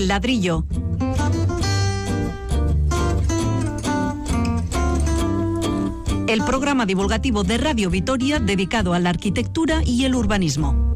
El ladrillo. El programa divulgativo de Radio Vitoria dedicado a la arquitectura y el urbanismo.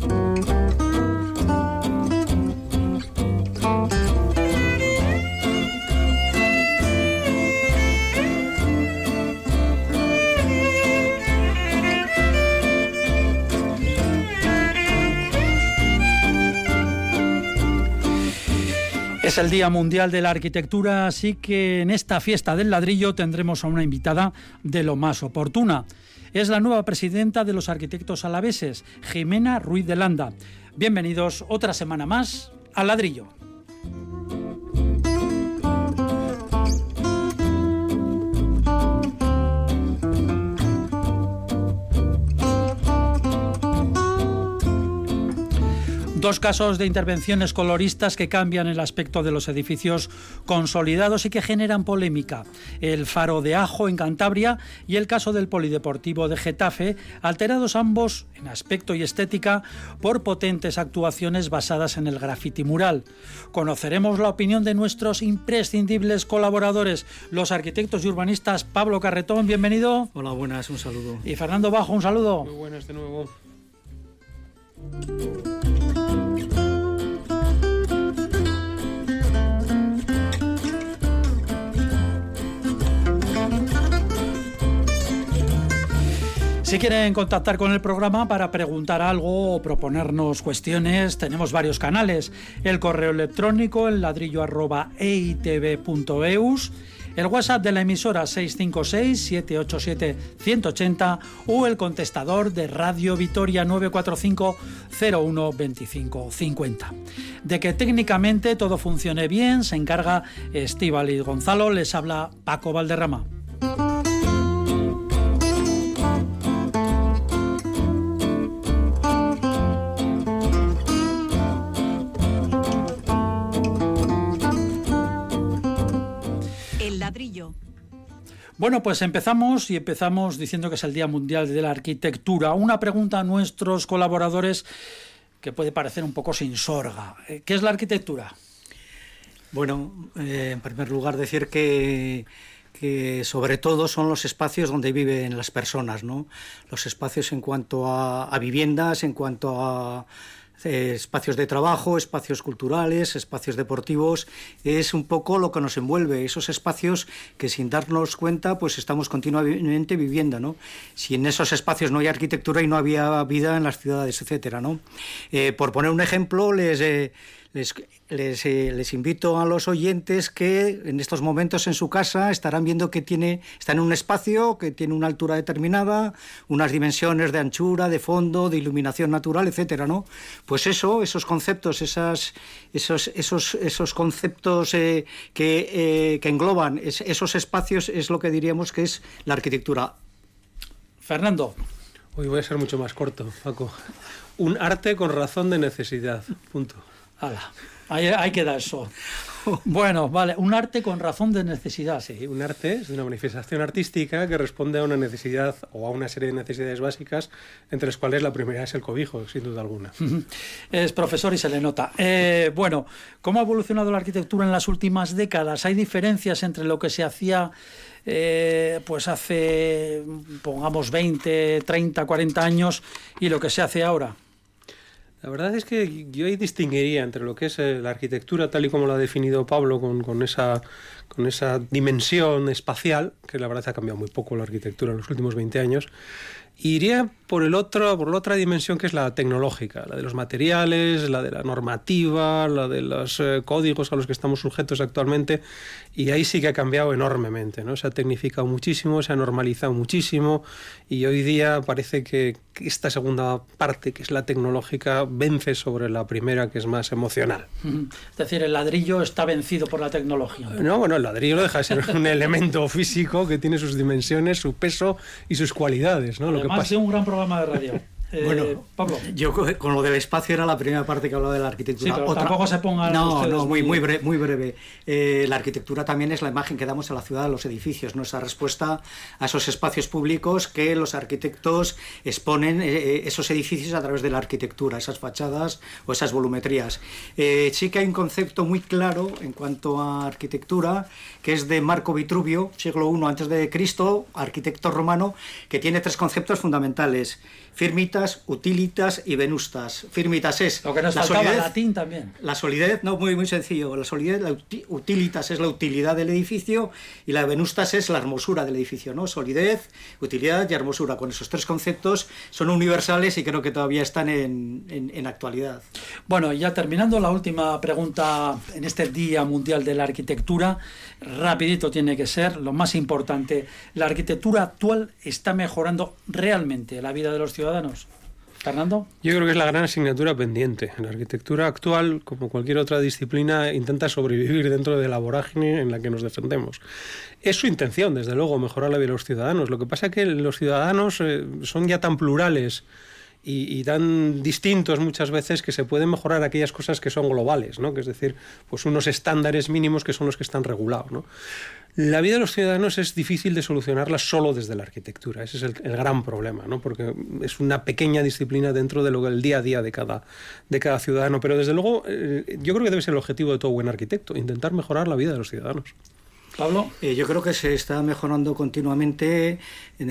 Es el Día Mundial de la Arquitectura, así que en esta fiesta del ladrillo tendremos a una invitada de lo más oportuna. Es la nueva presidenta de los arquitectos alaveses, Jimena Ruiz de Landa. Bienvenidos otra semana más al ladrillo. Dos casos de intervenciones coloristas que cambian el aspecto de los edificios consolidados y que generan polémica. El Faro de Ajo en Cantabria y el caso del Polideportivo de Getafe, alterados ambos en aspecto y estética por potentes actuaciones basadas en el graffiti mural. Conoceremos la opinión de nuestros imprescindibles colaboradores, los arquitectos y urbanistas. Pablo Carretón, bienvenido. Hola, buenas, un saludo. Y Fernando Bajo, un saludo. Muy buenas de nuevo. Si quieren contactar con el programa para preguntar algo o proponernos cuestiones, tenemos varios canales. El correo electrónico, el ladrillo@eitv.eus, el WhatsApp de la emisora 656-787-180 o el contestador de Radio Vitoria 945-01-2550. De que técnicamente todo funcione bien se encarga Estíbaliz Gonzalo, les habla Paco Valderrama. Bueno, pues empezamos diciendo que es el Día Mundial de la Arquitectura. Una pregunta a nuestros colaboradores que puede parecer un poco sin sorga. ¿Qué es la arquitectura? Bueno, en primer lugar decir que sobre todo son los espacios donde viven las personas, ¿no? Los espacios en cuanto a viviendas, en cuanto a espacios de trabajo, espacios culturales, espacios deportivos, es un poco lo que nos envuelve, esos espacios que sin darnos cuenta pues estamos continuamente viviendo, ¿no? Si en esos espacios no hay arquitectura y no había vida en las ciudades, etcétera, ¿no? Por poner un ejemplo, les invito a los oyentes que en estos momentos en su casa estarán viendo que está en un espacio que tiene una altura determinada, unas dimensiones de anchura, de fondo, de iluminación natural, etcétera, ¿no? Pues esos conceptos, esos conceptos que engloban esos espacios es lo que diríamos que es la arquitectura. Fernando. Hoy voy a ser mucho más corto, Paco. Un arte con razón de necesidad. Punto. ¡Hala! Ahí queda eso. Bueno, vale, un arte con razón de necesidad. Sí, un arte es una manifestación artística que responde a una necesidad o a una serie de necesidades básicas, entre las cuales la primera es el cobijo, sin duda alguna. Es profesor y se le nota. Bueno, ¿cómo ha evolucionado la arquitectura en las últimas décadas? ¿Hay diferencias entre lo que se hacía pues hace, pongamos, 20, 30, 40 años y lo que se hace ahora? La verdad es que yo ahí distinguiría entre lo que es la arquitectura tal y como lo ha definido Pablo con esa dimensión espacial, que la verdad ha cambiado muy poco la arquitectura en los últimos 20 años, y iría por la otra dimensión que es la tecnológica, la de los materiales, la de la normativa, la de los códigos a los que estamos sujetos actualmente, y ahí sí que ha cambiado enormemente, ¿no? Se ha tecnificado muchísimo, se ha normalizado muchísimo, y hoy día parece que esta segunda parte, que es la tecnológica, vence sobre la primera, que es más emocional. Es decir, el ladrillo está vencido por la tecnología. No, bueno, el ladrillo no deja de ser un elemento físico que tiene sus dimensiones, su peso y sus cualidades, ¿no? Además de un gran programa de radio. Bueno, Pablo. Yo con lo del espacio era la primera parte que hablaba de la arquitectura. Sí, pero tampoco se pongan muy breve. La arquitectura también es la imagen que damos a la ciudad, a los edificios, ¿no? Esa respuesta a esos espacios públicos que los arquitectos exponen esos edificios a través de la arquitectura, esas fachadas o esas volumetrías. Sí que hay un concepto muy claro en cuanto a arquitectura, que es de Marco Vitruvio, siglo I a.C., arquitecto romano, que tiene 3 conceptos fundamentales: firmitas, utilitas y venustas. Firmitas es lo que nos la faltaba, solidez, latín también. La solidez, no, muy sencillo. La solidez, utilitas es la utilidad del edificio y la venustas es la hermosura del edificio, ¿no? Solidez, utilidad y hermosura. Con esos 3 conceptos son universales y creo que todavía están en actualidad. Bueno, ya terminando la última pregunta en este Día Mundial de la Arquitectura, rapidito tiene que ser, lo más importante, ¿la arquitectura actual está mejorando realmente la vida de los ciudadanos? Fernando. Yo creo que es la gran asignatura pendiente. La arquitectura actual, como cualquier otra disciplina, intenta sobrevivir dentro de la vorágine en la que nos defendemos. Es su intención, desde luego, mejorar la vida de los ciudadanos. Lo que pasa es que los ciudadanos son ya tan plurales y tan distintos muchas veces que se pueden mejorar aquellas cosas que son globales, ¿no? Que es decir, pues unos estándares mínimos que son los que están regulados, ¿no? La vida de los ciudadanos es difícil de solucionarla solo desde la arquitectura. Ese es el gran problema, ¿no? Porque es una pequeña disciplina dentro de lo del día a día de cada ciudadano. Pero desde luego yo creo que debe ser el objetivo de todo buen arquitecto, intentar mejorar la vida de los ciudadanos. Pablo. Yo creo que se está mejorando continuamente en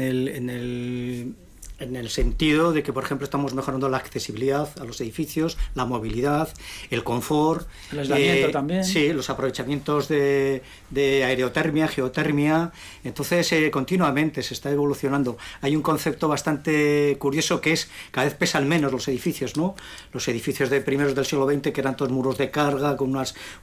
el sentido de que, por ejemplo, estamos mejorando la accesibilidad a los edificios, la movilidad, el confort, el aislamiento también. Sí, los aprovechamientos de aerotermia, geotermia. Entonces, continuamente se está evolucionando. Hay un concepto bastante curioso que es cada vez pesan menos los edificios, ¿no? Los edificios de primeros del siglo XX, que eran todos muros de carga, con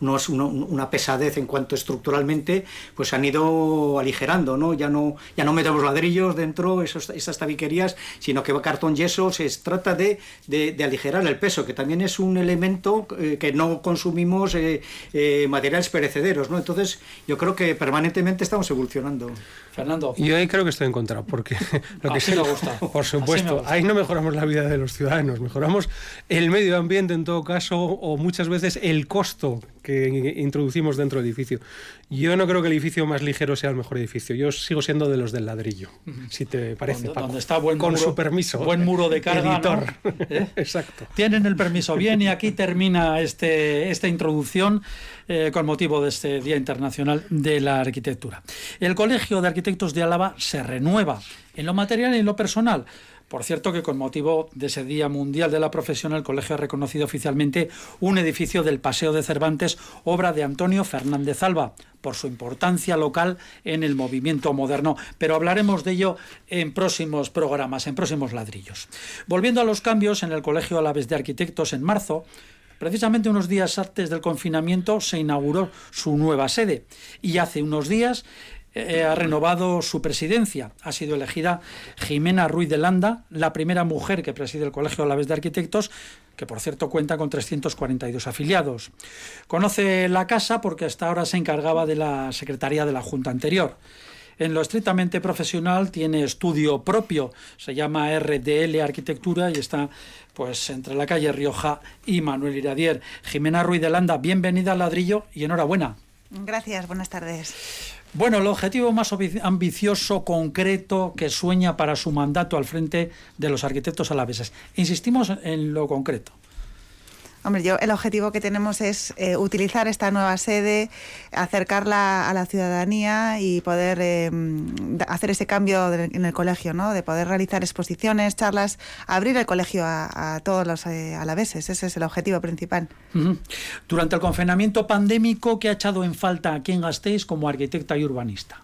una pesadez en cuanto estructuralmente, pues han ido aligerando, ¿no? Ya no metemos ladrillos dentro, esas tabiquerías, sino que va cartón yeso. Se trata de aligerar el peso, que también es un elemento que no consumimos materiales perecederos, ¿no? Entonces yo creo que permanentemente estamos evolucionando. Fernando. Yo ahí creo que estoy en contra, porque lo que sí me gusta. Por supuesto, ahí no mejoramos la vida de los ciudadanos, mejoramos el medio ambiente en todo caso, o muchas veces el costo que introducimos dentro del edificio. Yo no creo que el edificio más ligero sea el mejor edificio. Yo sigo siendo de los del ladrillo, si te parece, Paco. Donde está buen con muro, su permiso. Buen muro de carga, editor. ¿no? Exacto. Tienen el permiso. Bien, y aquí termina esta introducción con motivo de este Día Internacional de la Arquitectura. El Colegio de Arquitectos de Álava se renueva en lo material y en lo personal. Por cierto que con motivo de ese Día Mundial de la Profesión, el colegio ha reconocido oficialmente un edificio del Paseo de Cervantes, obra de Antonio Fernández Alba, por su importancia local en el movimiento moderno. Pero hablaremos de ello en próximos programas, en próximos ladrillos. Volviendo a los cambios en el Colegio Alavés de Arquitectos, en marzo, precisamente unos días antes del confinamiento, se inauguró su nueva sede y hace unos días ha renovado su presidencia. Ha sido elegida Jimena Ruiz de Landa, la primera mujer que preside el Colegio Alavés de Arquitectos, que por cierto cuenta con 342 afiliados. Conoce la casa porque hasta ahora se encargaba de la secretaría de la Junta anterior. En lo estrictamente profesional tiene estudio propio, se llama RDL Arquitectura y está pues entre la calle Rioja y Manuel Iradier. Jimena Ruiz de Landa, bienvenida al ladrillo y enhorabuena. Gracias, buenas tardes. Bueno, el objetivo más ambicioso, concreto, que sueña para su mandato al frente de los arquitectos alaveses. Insistimos en lo concreto. Hombre, el objetivo que tenemos es utilizar esta nueva sede, acercarla a la ciudadanía y poder hacer ese cambio en el colegio, ¿no? De poder realizar exposiciones, charlas, abrir el colegio a todos los alaveses. Ese es el objetivo principal. Uh-huh. Durante el confinamiento pandémico, ¿qué ha echado en falta aquí en Gasteiz como arquitecta y urbanista?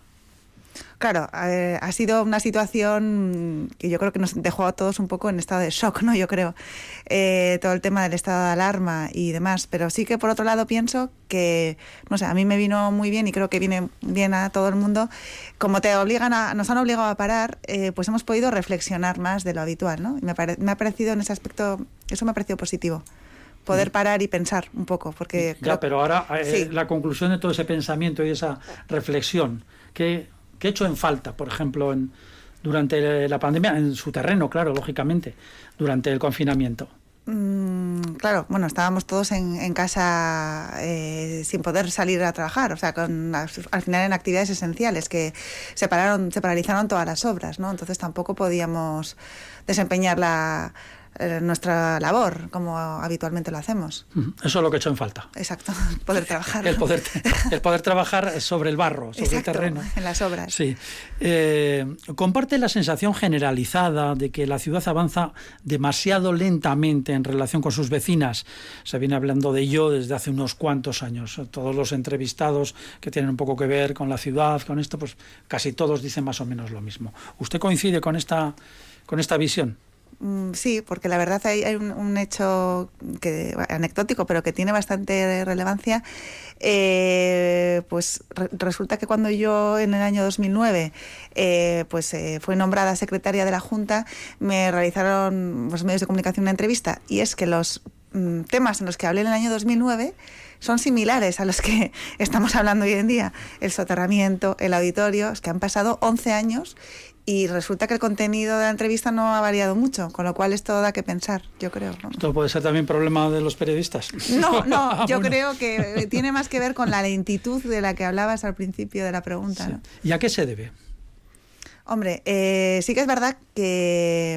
Claro, ha sido una situación que yo creo que nos dejó a todos un poco en estado de shock, ¿no? Yo creo, todo el tema del estado de alarma y demás, pero sí que por otro lado pienso que, no sé, a mí me vino muy bien y creo que viene bien a todo el mundo, como nos han obligado a parar, pues hemos podido reflexionar más de lo habitual, ¿no? Y me ha parecido en ese aspecto, eso me ha parecido positivo. Poder parar y pensar un poco, porque... Pero ahora sí. La conclusión de todo ese pensamiento y esa reflexión, ¿qué he hecho en falta, por ejemplo, durante la pandemia, en su terreno, claro, lógicamente, durante el confinamiento? Claro, bueno, estábamos todos en casa sin poder salir a trabajar, o sea, al final en actividades esenciales que se paralizaron todas las obras, ¿no? Entonces tampoco podíamos desempeñar nuestra labor como habitualmente lo hacemos. Eso es lo que echó en falta. Exacto, poder trabajar. el poder trabajar sobre el barro, sobre Exacto, el terreno. En las obras. Sí. ¿Comparte la sensación generalizada de que la ciudad avanza demasiado lentamente en relación con sus vecinas? Se viene hablando de ello desde hace unos cuantos años. Todos los entrevistados que tienen un poco que ver con la ciudad, con esto, pues casi todos dicen más o menos lo mismo. ¿Usted coincide con esta visión? Sí, porque la verdad hay un hecho anecdótico, pero que tiene bastante relevancia. Pues resulta que cuando yo en el año 2009 fui nombrada secretaria de la Junta, me realizaron los medios de comunicación una entrevista, y es que los temas en los que hablé en el año 2009 son similares a los que estamos hablando hoy en día. El soterramiento, el auditorio, es que han pasado 11 años y resulta que el contenido de la entrevista no ha variado mucho, con lo cual esto da que pensar, yo creo, ¿no? ¿Esto puede ser también problema de los periodistas? No, yo creo que tiene más que ver con la lentitud de la que hablabas al principio de la pregunta, sí. ¿no? ¿Y a qué se debe? Hombre, sí que es verdad que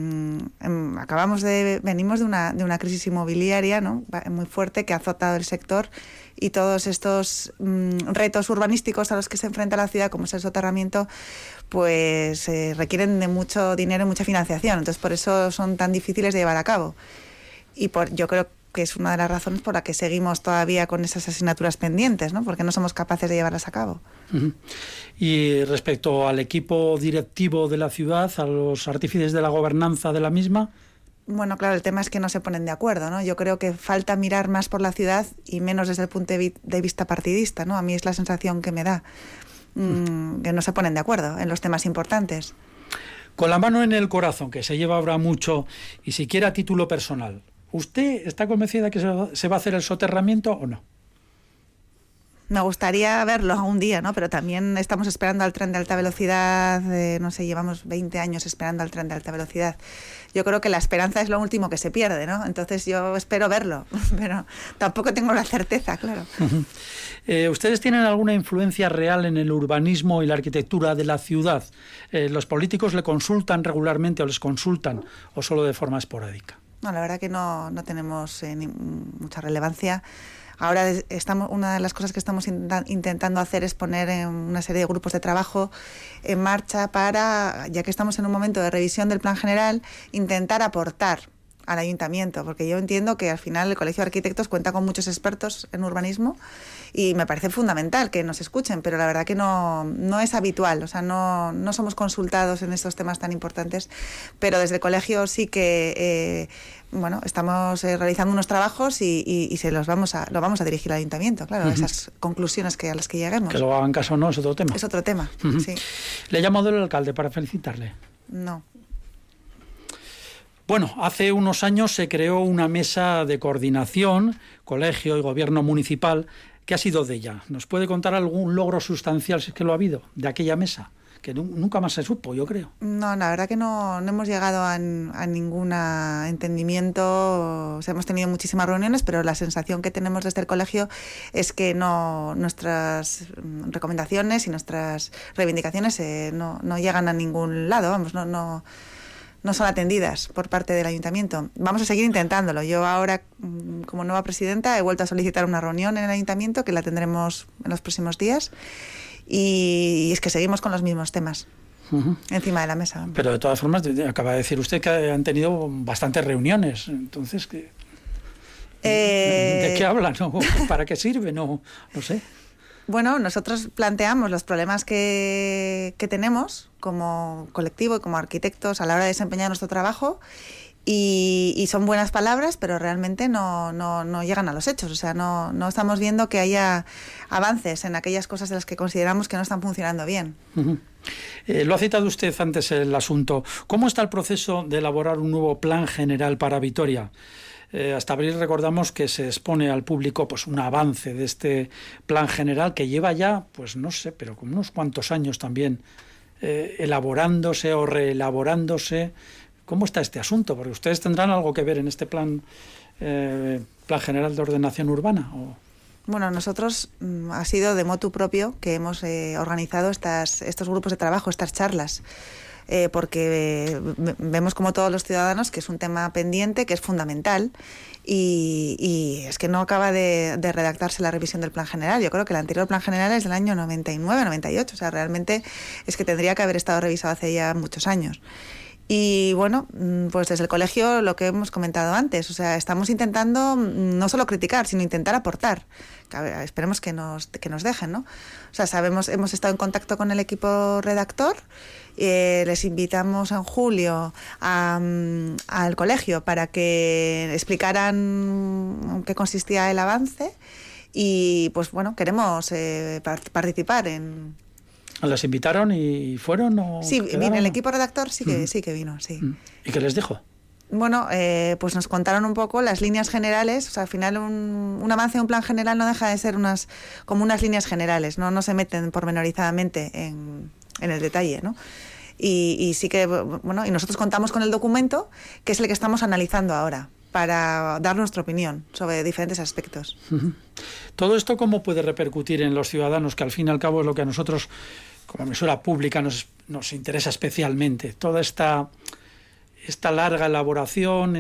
venimos de una crisis inmobiliaria, ¿no?, muy fuerte, que ha azotado el sector, y todos estos retos urbanísticos a los que se enfrenta la ciudad, como es el soterramiento, pues requieren de mucho dinero y mucha financiación. Entonces, por eso son tan difíciles de llevar a cabo. Y yo creo que es una de las razones por la que seguimos todavía con esas asignaturas pendientes, ¿no?, porque no somos capaces de llevarlas a cabo. Uh-huh. Y respecto al equipo directivo de la ciudad, a los artífices de la gobernanza de la misma... Bueno, claro, el tema es que no se ponen de acuerdo, ¿no? Yo creo que falta mirar más por la ciudad y menos desde el punto de vista partidista, ¿no? A mí es la sensación que me da, que no se ponen de acuerdo en los temas importantes. Con la mano en el corazón, que se lleva ahora mucho, y siquiera a título personal, ¿usted está convencida que se va a hacer el soterramiento o no? Me gustaría verlo algún día, ¿no? Pero también estamos esperando al tren de alta velocidad, no sé, llevamos 20 años esperando al tren de alta velocidad. Yo creo que la esperanza es lo último que se pierde, ¿no? Entonces yo espero verlo, pero tampoco tengo la certeza, claro. ¿Ustedes tienen alguna influencia real en el urbanismo y la arquitectura de la ciudad? ¿Los políticos le consultan regularmente o les consultan, o solo de forma esporádica? No, la verdad que no tenemos mucha relevancia. Ahora una de las cosas que estamos intentando hacer es poner una serie de grupos de trabajo en marcha para, ya que estamos en un momento de revisión del plan general, intentar aportar al ayuntamiento, porque yo entiendo que al final el Colegio de Arquitectos cuenta con muchos expertos en urbanismo y me parece fundamental que nos escuchen, pero la verdad que no es habitual, o sea, no somos consultados en estos temas tan importantes, pero desde el colegio sí que estamos realizando unos trabajos y lo vamos a dirigir al ayuntamiento, claro, esas conclusiones a las que lleguemos. Que lo hagan caso o no es otro tema. Es otro tema, sí. ¿Le ha llamado el alcalde para felicitarle? No. Bueno, hace unos años se creó una mesa de coordinación, colegio y gobierno municipal. ¿Qué ha sido de ella? ¿Nos puede contar algún logro sustancial, si es que lo ha habido, de aquella mesa? Que nunca más se supo, yo creo. No, la verdad que no hemos llegado a ningún entendimiento. O sea, hemos tenido muchísimas reuniones, pero la sensación que tenemos desde el colegio es que nuestras recomendaciones y nuestras reivindicaciones no llegan a ningún lado, vamos, no son atendidas por parte del ayuntamiento. Vamos a seguir intentándolo. Yo ahora, como nueva presidenta, he vuelto a solicitar una reunión en el ayuntamiento, que la tendremos en los próximos días, y es que seguimos con los mismos temas encima de la mesa. Pero de todas formas, acaba de decir usted que han tenido bastantes reuniones. Entonces, ¿de qué hablan? ¿No? ¿Para qué sirve? No sé. Bueno, nosotros planteamos los problemas que tenemos como colectivo y como arquitectos a la hora de desempeñar nuestro trabajo y son buenas palabras, pero realmente no llegan a los hechos. O sea, no estamos viendo que haya avances en aquellas cosas de las que consideramos que no están funcionando bien. Lo ha citado usted antes el asunto. ¿Cómo está el proceso de elaborar un nuevo plan general para Vitoria? Hasta abril recordamos que se expone al público pues un avance de este plan general que lleva ya, pues no sé, pero con unos cuantos años también elaborándose o reelaborándose. ¿Cómo está este asunto? Porque ustedes tendrán algo que ver en este plan general de ordenación urbana. Bueno, nosotros ha sido de motu propio que hemos organizado estos grupos de trabajo, estas charlas. Porque vemos como todos los ciudadanos que es un tema pendiente, que es fundamental y es que no acaba de redactarse la revisión del plan general. Yo creo que el anterior plan general es del año 99, 98, o sea, realmente es que tendría que haber estado revisado hace ya muchos años. Y bueno, pues desde el colegio lo que hemos comentado antes, o sea, estamos intentando no solo criticar, sino intentar aportar. Esperemos que nos dejen, ¿no? O sea, hemos estado en contacto con el equipo redactor, les invitamos en julio al colegio para que explicaran qué consistía el avance y pues bueno, queremos participar en... ¿Las invitaron y fueron? ¿O sí, quedaron? El equipo redactor sí que vino, sí. ¿Y qué les dijo? Bueno, pues nos contaron un poco las líneas generales. O sea, al final un avance de un plan general no deja de ser unas líneas generales, no se meten pormenorizadamente en el detalle, ¿no? Y sí que, bueno, y nosotros contamos con el documento, que es el que estamos analizando ahora, para dar nuestra opinión sobre diferentes aspectos. ¿Todo esto cómo puede repercutir en los ciudadanos, que al fin y al cabo es lo que a nosotros, como emisora pública, nos interesa especialmente? Toda esta larga elaboración,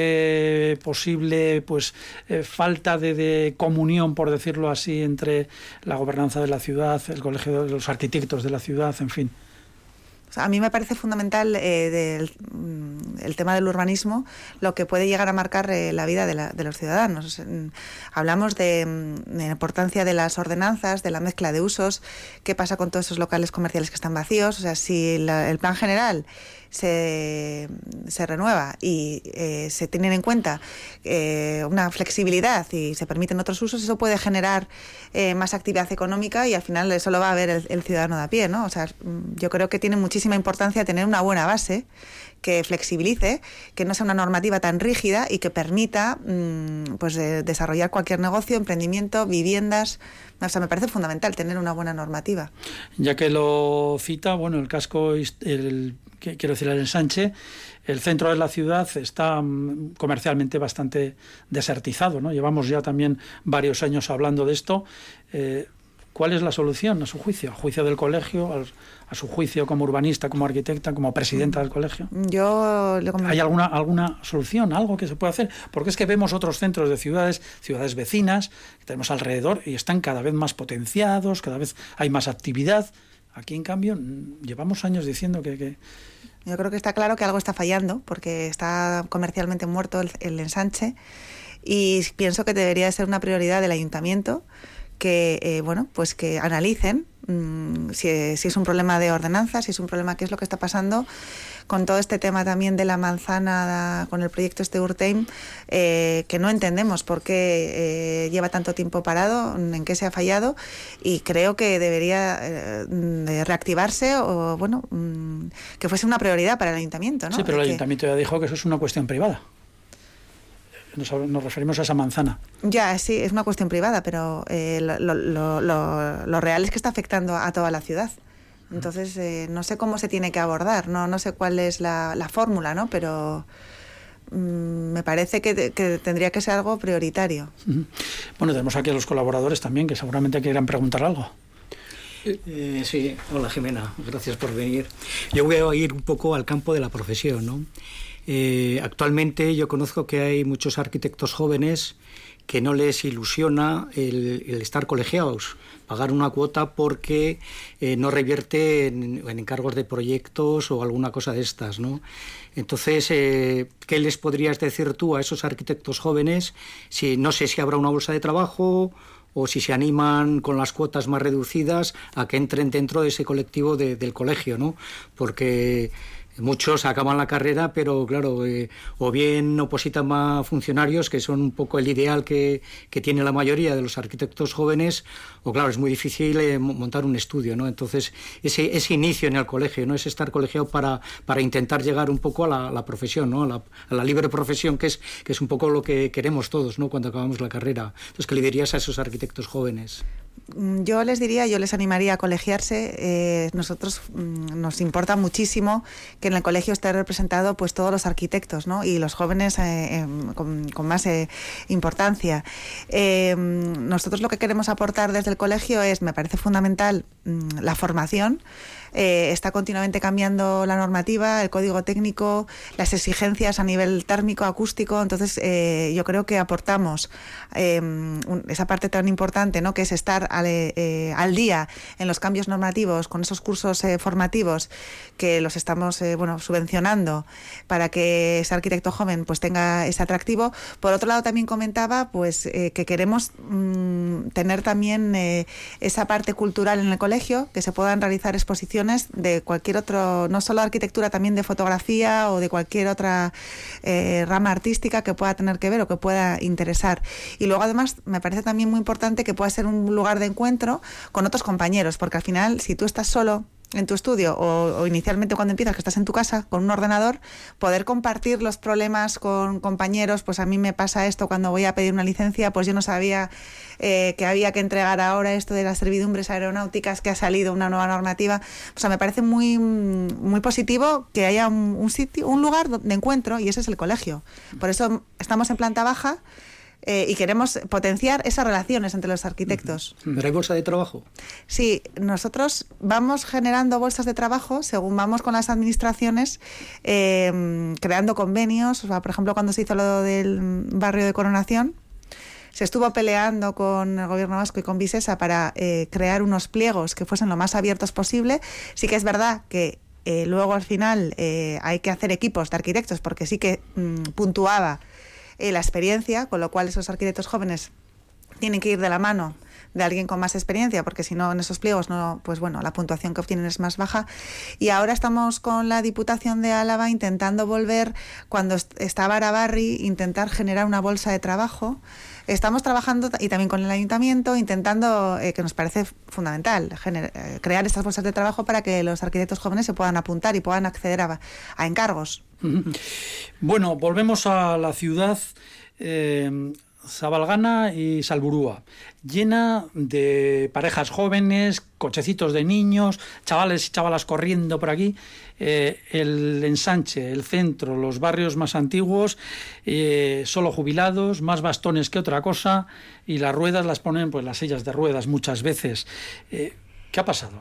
posible falta de comunión, por decirlo así, entre la gobernanza de la ciudad, el colegio de los arquitectos de la ciudad, en fin. A mí me parece fundamental el tema del urbanismo, lo que puede llegar a marcar la vida de los ciudadanos. Hablamos de la importancia de las ordenanzas, de la mezcla de usos, qué pasa con todos esos locales comerciales que están vacíos. O sea, si el plan general se renueva y se tienen en cuenta una flexibilidad y se permiten otros usos, eso puede generar más actividad económica y al final eso lo va a ver el ciudadano de a pie, ¿no? O sea, yo creo que tiene muchísima importancia tener una buena base que flexibilice, que no sea una normativa tan rígida y que permita desarrollar cualquier negocio, emprendimiento, viviendas. O sea, me parece fundamental tener una buena normativa. Ya que lo cita, bueno, el casco, el ensanche, el centro de la ciudad está comercialmente bastante desertizado, ¿no? Llevamos ya también varios años hablando de esto. ¿Cuál es la solución, a su juicio? ¿A juicio del colegio? ¿A su juicio como urbanista, como arquitecta, como presidenta del colegio? ¿Hay alguna solución, algo que se pueda hacer? Porque es que vemos otros centros de ciudades vecinas que tenemos alrededor y están cada vez más potenciados, cada vez hay más actividad. Aquí, en cambio, llevamos años diciendo que... Yo creo que está claro que algo está fallando, porque está comercialmente muerto el ensanche, y pienso que debería ser una prioridad del ayuntamiento que que analicen si es un problema de ordenanza, si es un problema, qué es lo que está pasando con todo este tema también de la manzana, con el proyecto Urteim, que no entendemos por qué lleva tanto tiempo parado, en qué se ha fallado, y creo que debería de reactivarse o que fuese una prioridad para el ayuntamiento, ¿no? Sí, pero el ayuntamiento ya dijo que eso es una cuestión privada. Nos referimos a esa manzana. Ya, sí, es una cuestión privada, pero lo real es que está afectando a toda la ciudad. Entonces, no sé cómo se tiene que abordar, no sé cuál es la fórmula, ¿no? Pero me parece que tendría que ser algo prioritario. Bueno, tenemos aquí a los colaboradores también, que seguramente quieran preguntar algo. Sí, hola Jimena, gracias por venir. Yo voy a ir un poco al campo de la profesión, ¿no? Actualmente yo conozco que hay muchos arquitectos jóvenes que no les ilusiona el estar colegiados, pagar una cuota porque no revierte en encargos de proyectos o alguna cosa de estas, ¿no? Entonces, ¿qué les podrías decir tú a esos arquitectos jóvenes? No sé si habrá una bolsa de trabajo o si se animan con las cuotas más reducidas a que entren dentro de ese colectivo del colegio, ¿no? Porque muchos acaban la carrera, pero claro, o bien opositan a funcionarios, que son un poco el ideal que tiene la mayoría de los arquitectos jóvenes, o claro, es muy difícil montar un estudio, ¿no? Entonces, ese inicio en el colegio, ¿no? Es estar colegiado para intentar llegar un poco a la profesión, ¿no? A la libre profesión, que es un poco lo que queremos todos, ¿no? Cuando acabamos la carrera. Entonces, ¿qué le dirías a esos arquitectos jóvenes? Yo les animaría a colegiarse. Nosotros nos importa muchísimo que en el colegio esté representado pues todos los arquitectos, ¿no? Y los jóvenes con más importancia. Nosotros lo que queremos aportar desde el colegio me parece fundamental la formación. Está continuamente cambiando la normativa, el código técnico, las exigencias a nivel térmico, acústico. Entonces yo creo que aportamos esa parte tan importante, ¿no? Que es estar al día en los cambios normativos con esos cursos formativos que los estamos subvencionando para que ese arquitecto joven pues tenga ese atractivo. Por otro lado, también comentaba pues que queremos tener también esa parte cultural en el colegio, que se puedan realizar exposiciones de cualquier otro, no solo de arquitectura, también de fotografía o de cualquier otra rama artística que pueda tener que ver o que pueda interesar. Y luego además me parece también muy importante que pueda ser un lugar de encuentro con otros compañeros, porque al final si tú estás solo en tu estudio o inicialmente cuando empiezas que estás en tu casa con un ordenador, poder compartir los problemas con compañeros. Pues a mí me pasa esto cuando voy a pedir una licencia, pues yo no sabía que había que entregar ahora esto de las servidumbres aeronáuticas, que ha salido una nueva normativa. O sea, me parece muy, muy positivo que haya un sitio, un lugar de encuentro, y ese es el colegio. Por eso estamos en planta baja. Y queremos potenciar esas relaciones entre los arquitectos. ¿Pero hay bolsa de trabajo? Sí, nosotros vamos generando bolsas de trabajo según vamos con las administraciones, creando convenios. O sea, por ejemplo, cuando se hizo lo del barrio de Coronación, se estuvo peleando con el gobierno vasco y con Visesa para crear unos pliegos que fuesen lo más abiertos posible. Sí que es verdad que luego al final hay que hacer equipos de arquitectos, porque sí que puntuaba la experiencia, con lo cual esos arquitectos jóvenes tienen que ir de la mano de alguien con más experiencia, porque si no en esos pliegos no, pues bueno, la puntuación que obtienen es más baja. Y ahora estamos con la Diputación de Álava intentando volver, cuando estaba Arabarri, intentar generar una bolsa de trabajo. Estamos trabajando, y también con el Ayuntamiento, intentando, que nos parece fundamental, crear estas bolsas de trabajo para que los arquitectos jóvenes se puedan apuntar y puedan acceder a encargos. Bueno, volvemos a la ciudad. Zabalgana y Salburúa, llena de parejas jóvenes, cochecitos de niños, chavales y chavalas corriendo por aquí. El ensanche, el centro, los barrios más antiguos, solo jubilados, más bastones que otra cosa, y las ruedas las ponen, pues las sillas de ruedas muchas veces. ¿Qué ha pasado?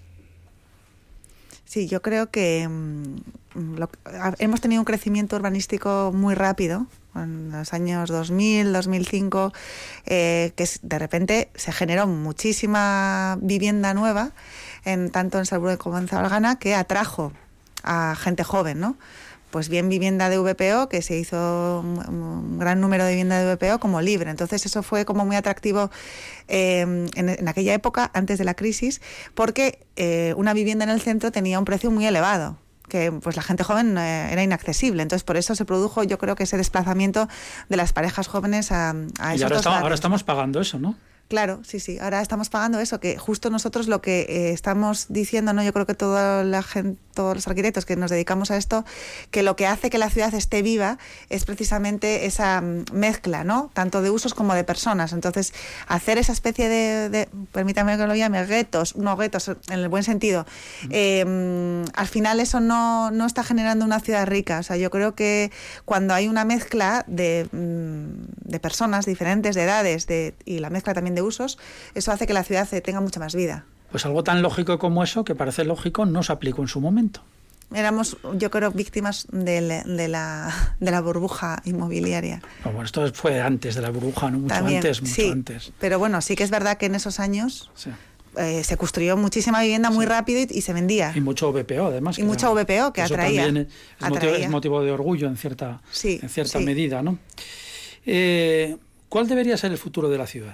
Sí, yo creo que hemos tenido un crecimiento urbanístico muy rápido en los años 2000, 2005, que de repente se generó muchísima vivienda nueva, tanto en Salburúa como en Zabalgana, que atrajo a gente joven, ¿no? Pues bien vivienda de VPO, que se hizo un gran número de vivienda de VPO, como libre. Entonces eso fue como muy atractivo en aquella época, antes de la crisis, porque una vivienda en el centro tenía un precio muy elevado, que pues la gente joven era inaccesible. Entonces por eso se produjo, yo creo, que ese desplazamiento de las parejas jóvenes a y esos ahora estamos pagando eso, ¿no? Claro, sí. Ahora estamos pagando eso, que justo nosotros lo que estamos diciendo, ¿no? Yo creo que toda la gente, todos los arquitectos que nos dedicamos a esto, que lo que hace que la ciudad esté viva es precisamente esa mezcla, ¿no? Tanto de usos como de personas. Entonces, hacer esa especie de permítame que lo llame, guetos en el buen sentido, al final eso no está generando una ciudad rica. O sea, yo creo que cuando hay una mezcla de personas diferentes, de edades, y la mezcla también de usos, eso hace que la ciudad tenga mucha más vida. Pues algo tan lógico como eso, que parece lógico, no se aplicó en su momento. Éramos, yo creo, víctimas de la burbuja inmobiliaria. Bueno, esto fue antes de la burbuja, ¿no? Mucho antes. Pero bueno, sí que es verdad que en esos años se construyó muchísima vivienda muy rápido y se vendía. Y mucho VPO, además. Y mucho VPO que atraía. También es motivo de orgullo en cierta medida, ¿no? ¿Cuál debería ser el futuro de la ciudad?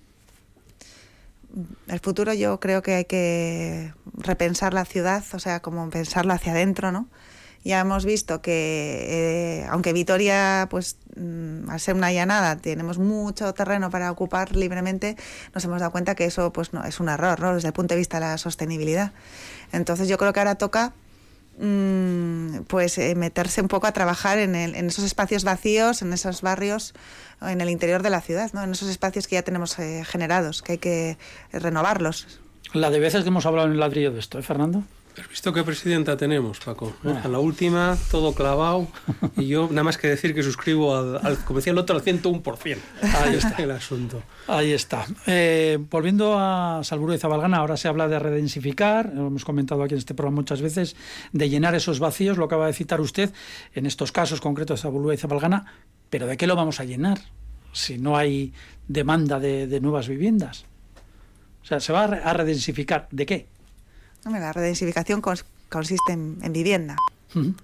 El futuro, yo creo que hay que repensar la ciudad, o sea, como pensarla hacia adentro, ¿no? Ya hemos visto que, aunque Vitoria, pues, al ser una llanada, tenemos mucho terreno para ocupar libremente, nos hemos dado cuenta que eso, pues, no es un error, ¿no? Desde el punto de vista de la sostenibilidad. Entonces, yo creo que ahora toca pues meterse un poco a trabajar en esos espacios vacíos, en esos barrios, en el interior de la ciudad, ¿no? En esos espacios que ya tenemos generados, que hay que renovarlos. La de veces que hemos hablado en el ladrillo de esto, Fernando. ¿Has visto qué presidenta tenemos, Paco? A la última, todo clavado, y yo nada más que decir que suscribo como decía el otro, al 101%. Ahí está el asunto. Ahí está. Volviendo a Salburua y Zabalgana, ahora se habla de redensificar, lo hemos comentado aquí en este programa muchas veces, de llenar esos vacíos, lo acaba de citar usted, en estos casos concretos de Salburua y Zabalgana, pero ¿de qué lo vamos a llenar si no hay demanda de nuevas viviendas? O sea, ¿se va a redensificar? ¿De qué? La redensificación consiste en vivienda. Uh-huh.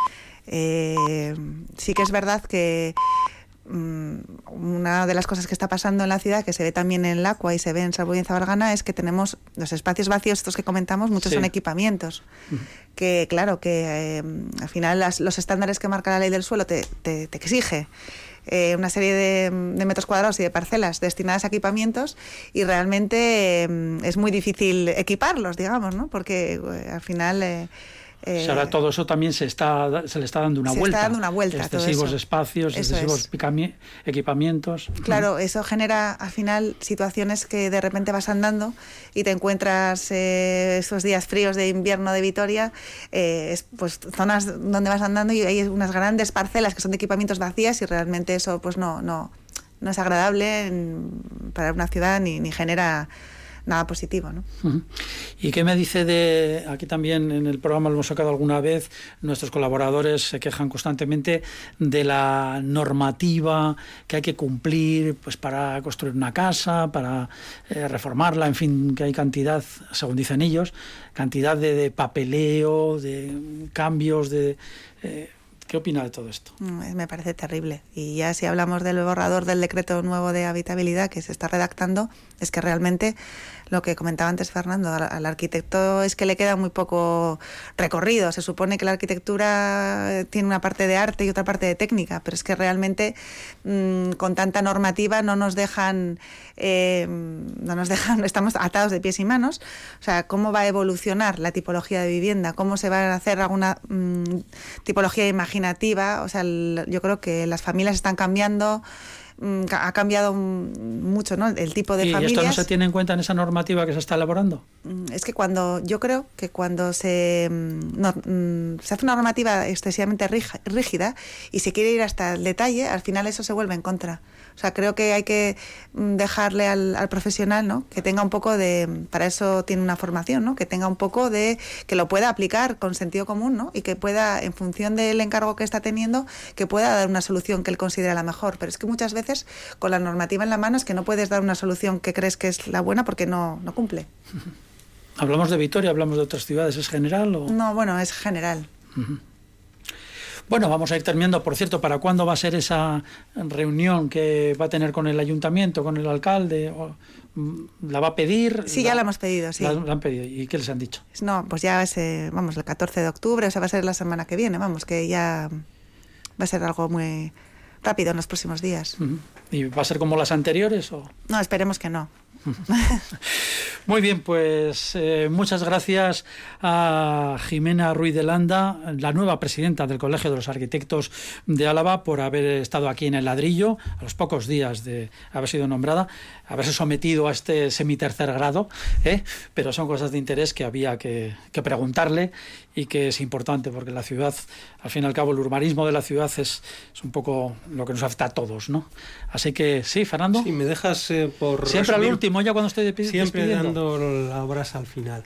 Sí que es verdad que una de las cosas que está pasando en la ciudad, que se ve también en Lacua y se ve en Salburua y en Zabalgana, es que tenemos los espacios vacíos, estos que comentamos, muchos son equipamientos. Uh-huh. Que claro, que al final los estándares que marca la ley del suelo te exige una serie de metros cuadrados y de parcelas destinadas a equipamientos, y realmente es muy difícil equiparlos, digamos, ¿no? Porque al final... ahora todo eso también se le está dando una vuelta. Está dando una vuelta. Excesivos espacios, excesivos equipamientos. Claro, eso genera al final situaciones que de repente vas andando y te encuentras esos días fríos de invierno de Vitoria, pues zonas donde vas andando y hay unas grandes parcelas que son de equipamientos vacías, y realmente eso pues no es agradable para una ciudad ni genera nada positivo, ¿no? Uh-huh. ¿Y qué me dice de, aquí también en el programa lo hemos sacado alguna vez, nuestros colaboradores se quejan constantemente de la normativa que hay que cumplir pues para construir una casa, para reformarla, en fin, que hay cantidad, según dicen ellos, cantidad de papeleo, de cambios, ¿qué opina de todo esto? Me parece terrible. Y ya si hablamos del borrador del decreto nuevo de habitabilidad que se está redactando, es que realmente lo que comentaba antes Fernando, al arquitecto es que le queda muy poco recorrido. Se supone que la arquitectura tiene una parte de arte y otra parte de técnica, pero es que realmente con tanta normativa no nos dejan, estamos atados de pies y manos. O sea, ¿cómo va a evolucionar la tipología de vivienda? ¿Cómo se va a hacer alguna tipología imaginativa? O sea, yo creo que las familias están cambiando. Ha cambiado mucho, ¿no? El tipo de familias. ¿Y esto no se tiene en cuenta en esa normativa que se está elaborando? Es que yo creo que cuando se hace una normativa excesivamente rígida y se quiere ir hasta el detalle, al final eso se vuelve en contra. O sea, creo que hay que dejarle al profesional, ¿no? Que tenga un poco para eso tiene una formación, ¿no? Que tenga un poco que lo pueda aplicar con sentido común, ¿no? Y que pueda, en función del encargo que está teniendo, que pueda dar una solución que él considera la mejor. Pero es que muchas veces con la normativa en la mano es que no puedes dar una solución que crees que es la buena porque no cumple. ¿Hablamos de Vitoria? ¿Hablamos de otras ciudades? ¿Es general? ¿O? No, bueno, es general. Uh-huh. Bueno, vamos a ir terminando. Por cierto, ¿para cuándo va a ser esa reunión que va a tener con el ayuntamiento, con el alcalde? ¿La va a pedir? Sí, ya la hemos pedido, sí. La han pedido. ¿Y qué les han dicho? No, pues ya es, el 14 de octubre, o sea, va a ser la semana que viene, que ya va a ser algo muy rápido en los próximos días. Uh-huh. ¿Y va a ser como las anteriores? ¿O? No, esperemos que no. Muy bien, pues muchas gracias a Jimena Ruiz de Landa, la nueva presidenta del Colegio de los Arquitectos de Álava, por haber estado aquí en el ladrillo a los pocos días de haber sido nombrada, haberse sometido a este semitercer grado, pero son cosas de interés que había que preguntarle y que es importante porque la ciudad, al fin y al cabo, el urbanismo de la ciudad es un poco lo que nos afecta a todos, ¿no? Así que sí, Fernando. Sí, me dejas por siempre resumir, al último, ya cuando estoy siempre dando la brasa al final.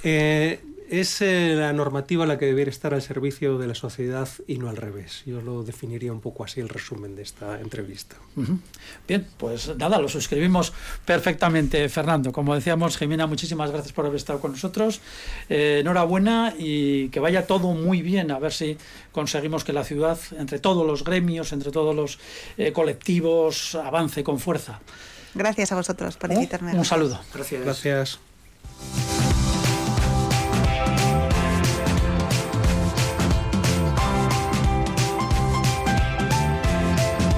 Es la normativa la que debería estar al servicio de la sociedad y no al revés. Yo lo definiría un poco así el resumen de esta entrevista. Uh-huh. Bien, pues nada, lo suscribimos perfectamente, Fernando. Como decíamos, Jimena, muchísimas gracias por haber estado con nosotros. Enhorabuena y que vaya todo muy bien. A ver si conseguimos que la ciudad, entre todos los gremios, entre todos los colectivos, avance con fuerza. Gracias a vosotros por invitarme. Un saludo. Gracias.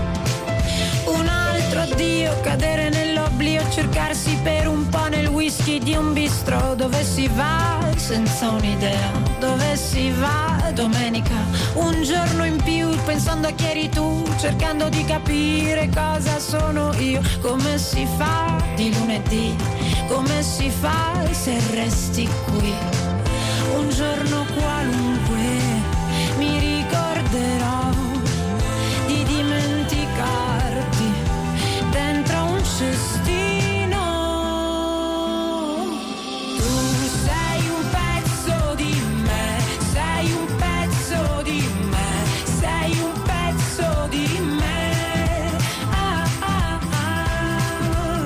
Cadere nell'oblio, cercarsi per un po' nel whisky banchi di un bistrò dove si va senza un'idea, dove si va domenica, un giorno in più pensando a chi eri tu, cercando di capire cosa sono io, come si fa di lunedì, come si fa se resti qui, un giorno qualunque mi ricorderò di dimenticarti dentro un cestino. Tu sei un pezzo di me, sei un pezzo di me, sei un pezzo di me. Ah, ah, ah.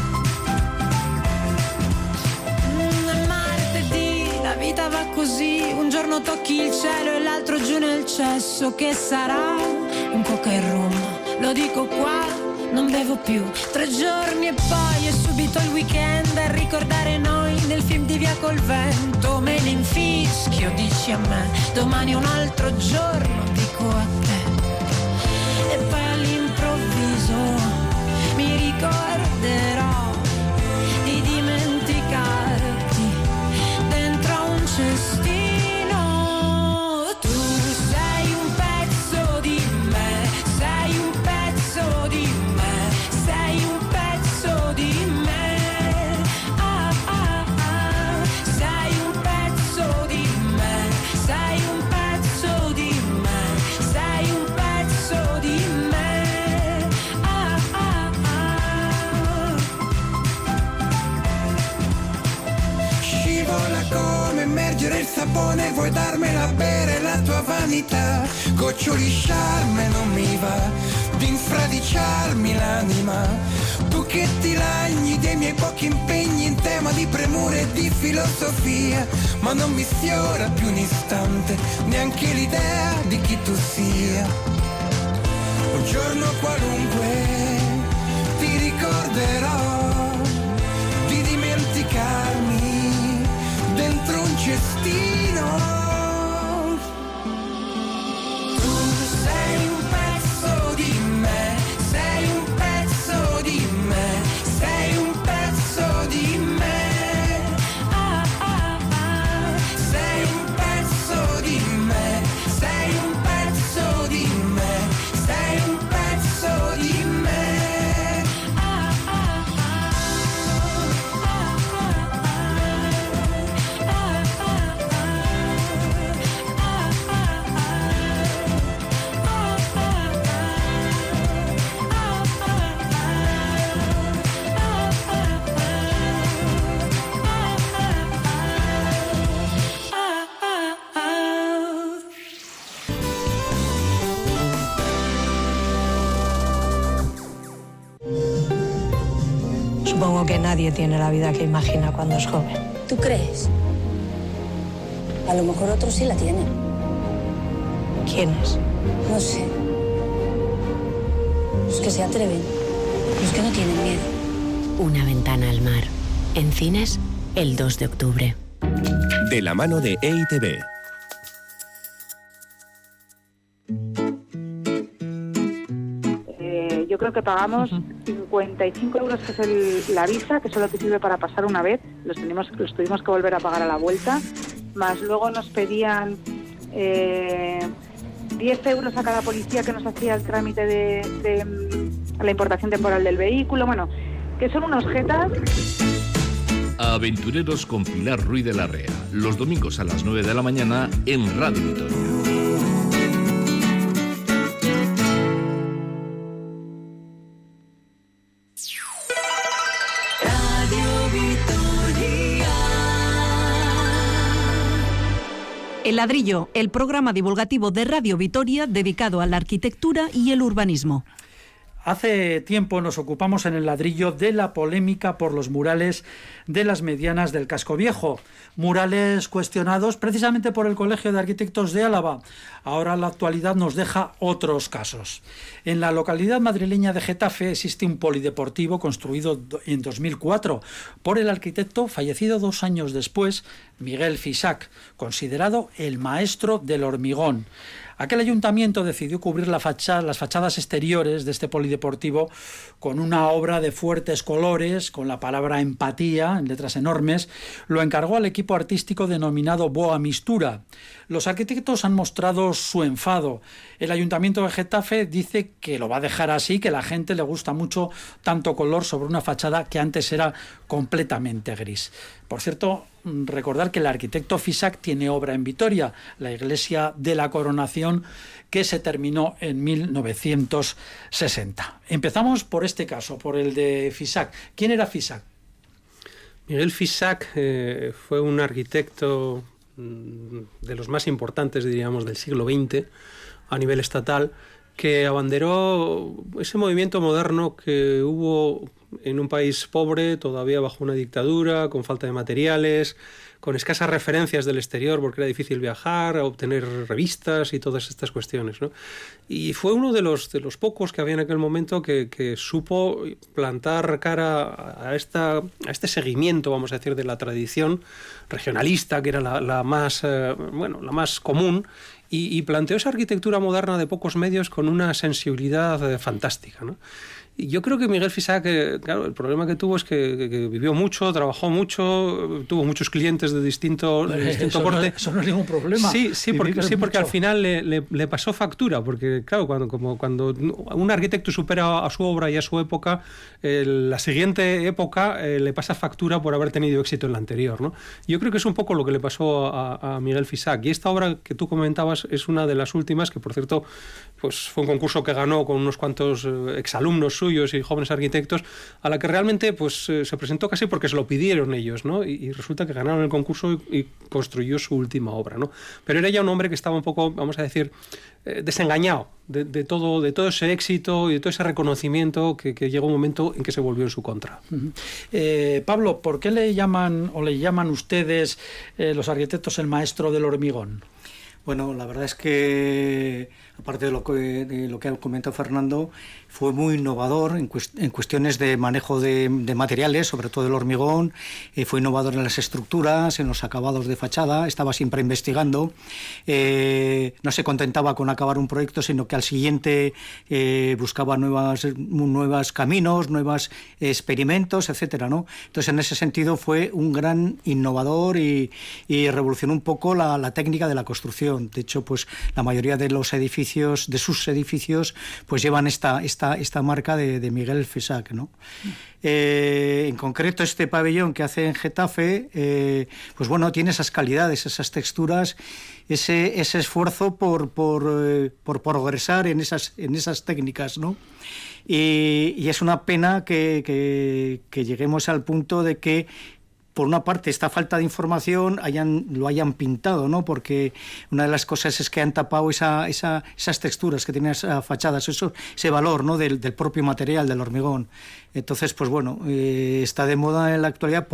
È martedì, la vita va così, un giorno tocchi il cielo e l'altro giù nel cesso, che sarà un coca e rum, lo dico qua, non bevo più, 3 giorni e poi è subito il weekend a ricordare noi nel film di Via col vento, me ne infischio, dici a me, domani è un altro giorno, dico a te, e poi all'improvviso mi ricorderò di dimenticarti dentro un cestino. Tu sei un pezzo di me, sei un pezzo di me, sei un pezzo di me. Ah, ah, ah. Sei un pezzo di me, sei un pezzo di me, sei un pezzo di me. Ah, ah, ah. Scivola come immergere il sapone, vuoi darmela a bere la tua vanità, gocciolisciarmi non mi va, di infradiciarmi l'anima, tu che ti lagni dei miei pochi impegni in tema di premure e di filosofia, ma non mi sfiora più un istante neanche l'idea di chi tu sia. Un giorno qualunque ti ricorderò di dimenticarmi dentro un cestino. Tu sei un pezzo di me, sei un pezzo di me, sei un pezzo di me. Ah, ah, ah. Sei un pezzo di me, sei un pezzo di me, sei un pezzo di me. Ah, ah, ah. Supongo que nadie tiene la vida que imagina cuando es joven. ¿Tú crees? A lo mejor otros sí la tienen. ¿Quiénes? No sé. Los que se atreven. Los que no tienen miedo. Una ventana al mar. En cines, el 2 de octubre. De la mano de EITB. Yo creo que pagamos 55 euros, que es la visa, que solo te sirve para pasar una vez. Los tuvimos que volver a pagar a la vuelta. Más luego nos pedían 10 euros a cada policía que nos hacía el trámite de la importación temporal del vehículo. Bueno, que son unos jetas. Aventureros con Pilar Ruiz de Larrea. Los domingos a las 9 de la mañana en Radio Vitoria. El Ladrillo, el programa divulgativo de Radio Vitoria dedicado a la arquitectura y el urbanismo. Hace tiempo nos ocupamos en El Ladrillo de la polémica por los murales de las medianas del Casco Viejo. Murales cuestionados precisamente por el Colegio de Arquitectos de Álava. Ahora la actualidad nos deja otros casos. En la localidad madrileña de Getafe existe un polideportivo construido en 2004 por el arquitecto fallecido 2 años después, Miguel Fisac, considerado el maestro del hormigón. Aquel ayuntamiento decidió cubrir las fachadas exteriores de este polideportivo con una obra de fuertes colores, con la palabra empatía en letras enormes. Lo encargó al equipo artístico denominado Boa Mistura. Los arquitectos han mostrado su enfado. El ayuntamiento de Getafe dice que lo va a dejar así, que a la gente le gusta mucho tanto color sobre una fachada que antes era completamente gris. Por cierto, recordar que el arquitecto Fisac tiene obra en Vitoria, la iglesia de la Coronación, que se terminó en 1960. Empezamos por este caso, por el de Fisac. ¿Quién era Fisac? Miguel Fisac fue un arquitecto de los más importantes, diríamos, del siglo XX a nivel estatal, que abanderó ese movimiento moderno que hubo en un país pobre, todavía bajo una dictadura, con falta de materiales, con escasas referencias del exterior porque era difícil viajar, obtener revistas y todas estas cuestiones, ¿no? Y fue uno de los pocos que había en aquel momento que supo plantar cara a este seguimiento, vamos a decir, de la tradición regionalista, que era la más común, y planteó esa arquitectura moderna de pocos medios con una sensibilidad fantástica, ¿no? Y yo creo que Miguel Fisac, claro, el problema que tuvo es que vivió mucho, trabajó mucho, tuvo muchos clientes de distinto corte. Eso no es ningún problema. Sí, porque al final le pasó factura, porque claro, cuando un arquitecto supera a su obra y a su época, la siguiente época le pasa factura por haber tenido éxito en la anterior, ¿no? Yo creo que es un poco lo que le pasó a Miguel Fisac. Y esta obra que tú comentabas es una de las últimas, que por cierto pues fue un concurso que ganó con unos cuantos exalumnos suyos y jóvenes arquitectos, a la que realmente pues se presentó casi porque se lo pidieron ellos, ¿no? Y resulta que ganaron el concurso y construyó su última obra, ¿no? Pero era ya un hombre que estaba un poco, vamos a decir, desengañado de todo ese éxito y de todo ese reconocimiento que llegó un momento en que se volvió en su contra. Pablo, ¿por qué le llaman ustedes, los arquitectos, el maestro del hormigón? Bueno, la verdad es que, aparte de lo que ha comentado Fernando, fue muy innovador en cuestiones de manejo de materiales, sobre todo el hormigón. Fue innovador en las estructuras, en los acabados de fachada, estaba siempre investigando. No se contentaba con acabar un proyecto, sino que al siguiente buscaba nuevos caminos, nuevos experimentos, etcétera, ¿no? Entonces, en ese sentido, fue un gran innovador y revolucionó un poco la técnica de la construcción. De hecho, pues la mayoría de sus edificios, pues llevan esta marca de Miguel Fisac, ¿no? En concreto, este pabellón que hace en Getafe, pues bueno, tiene esas calidades, esas texturas, ese esfuerzo por progresar en esas técnicas, ¿no? Y es una pena que lleguemos al punto de que, por una parte, esta falta de información lo hayan pintado, ¿no? Porque una de las cosas es que han tapado esas texturas que tienen esas fachadas, ese valor, ¿no? del propio material, del hormigón. Entonces, pues bueno, está de moda en la actualidad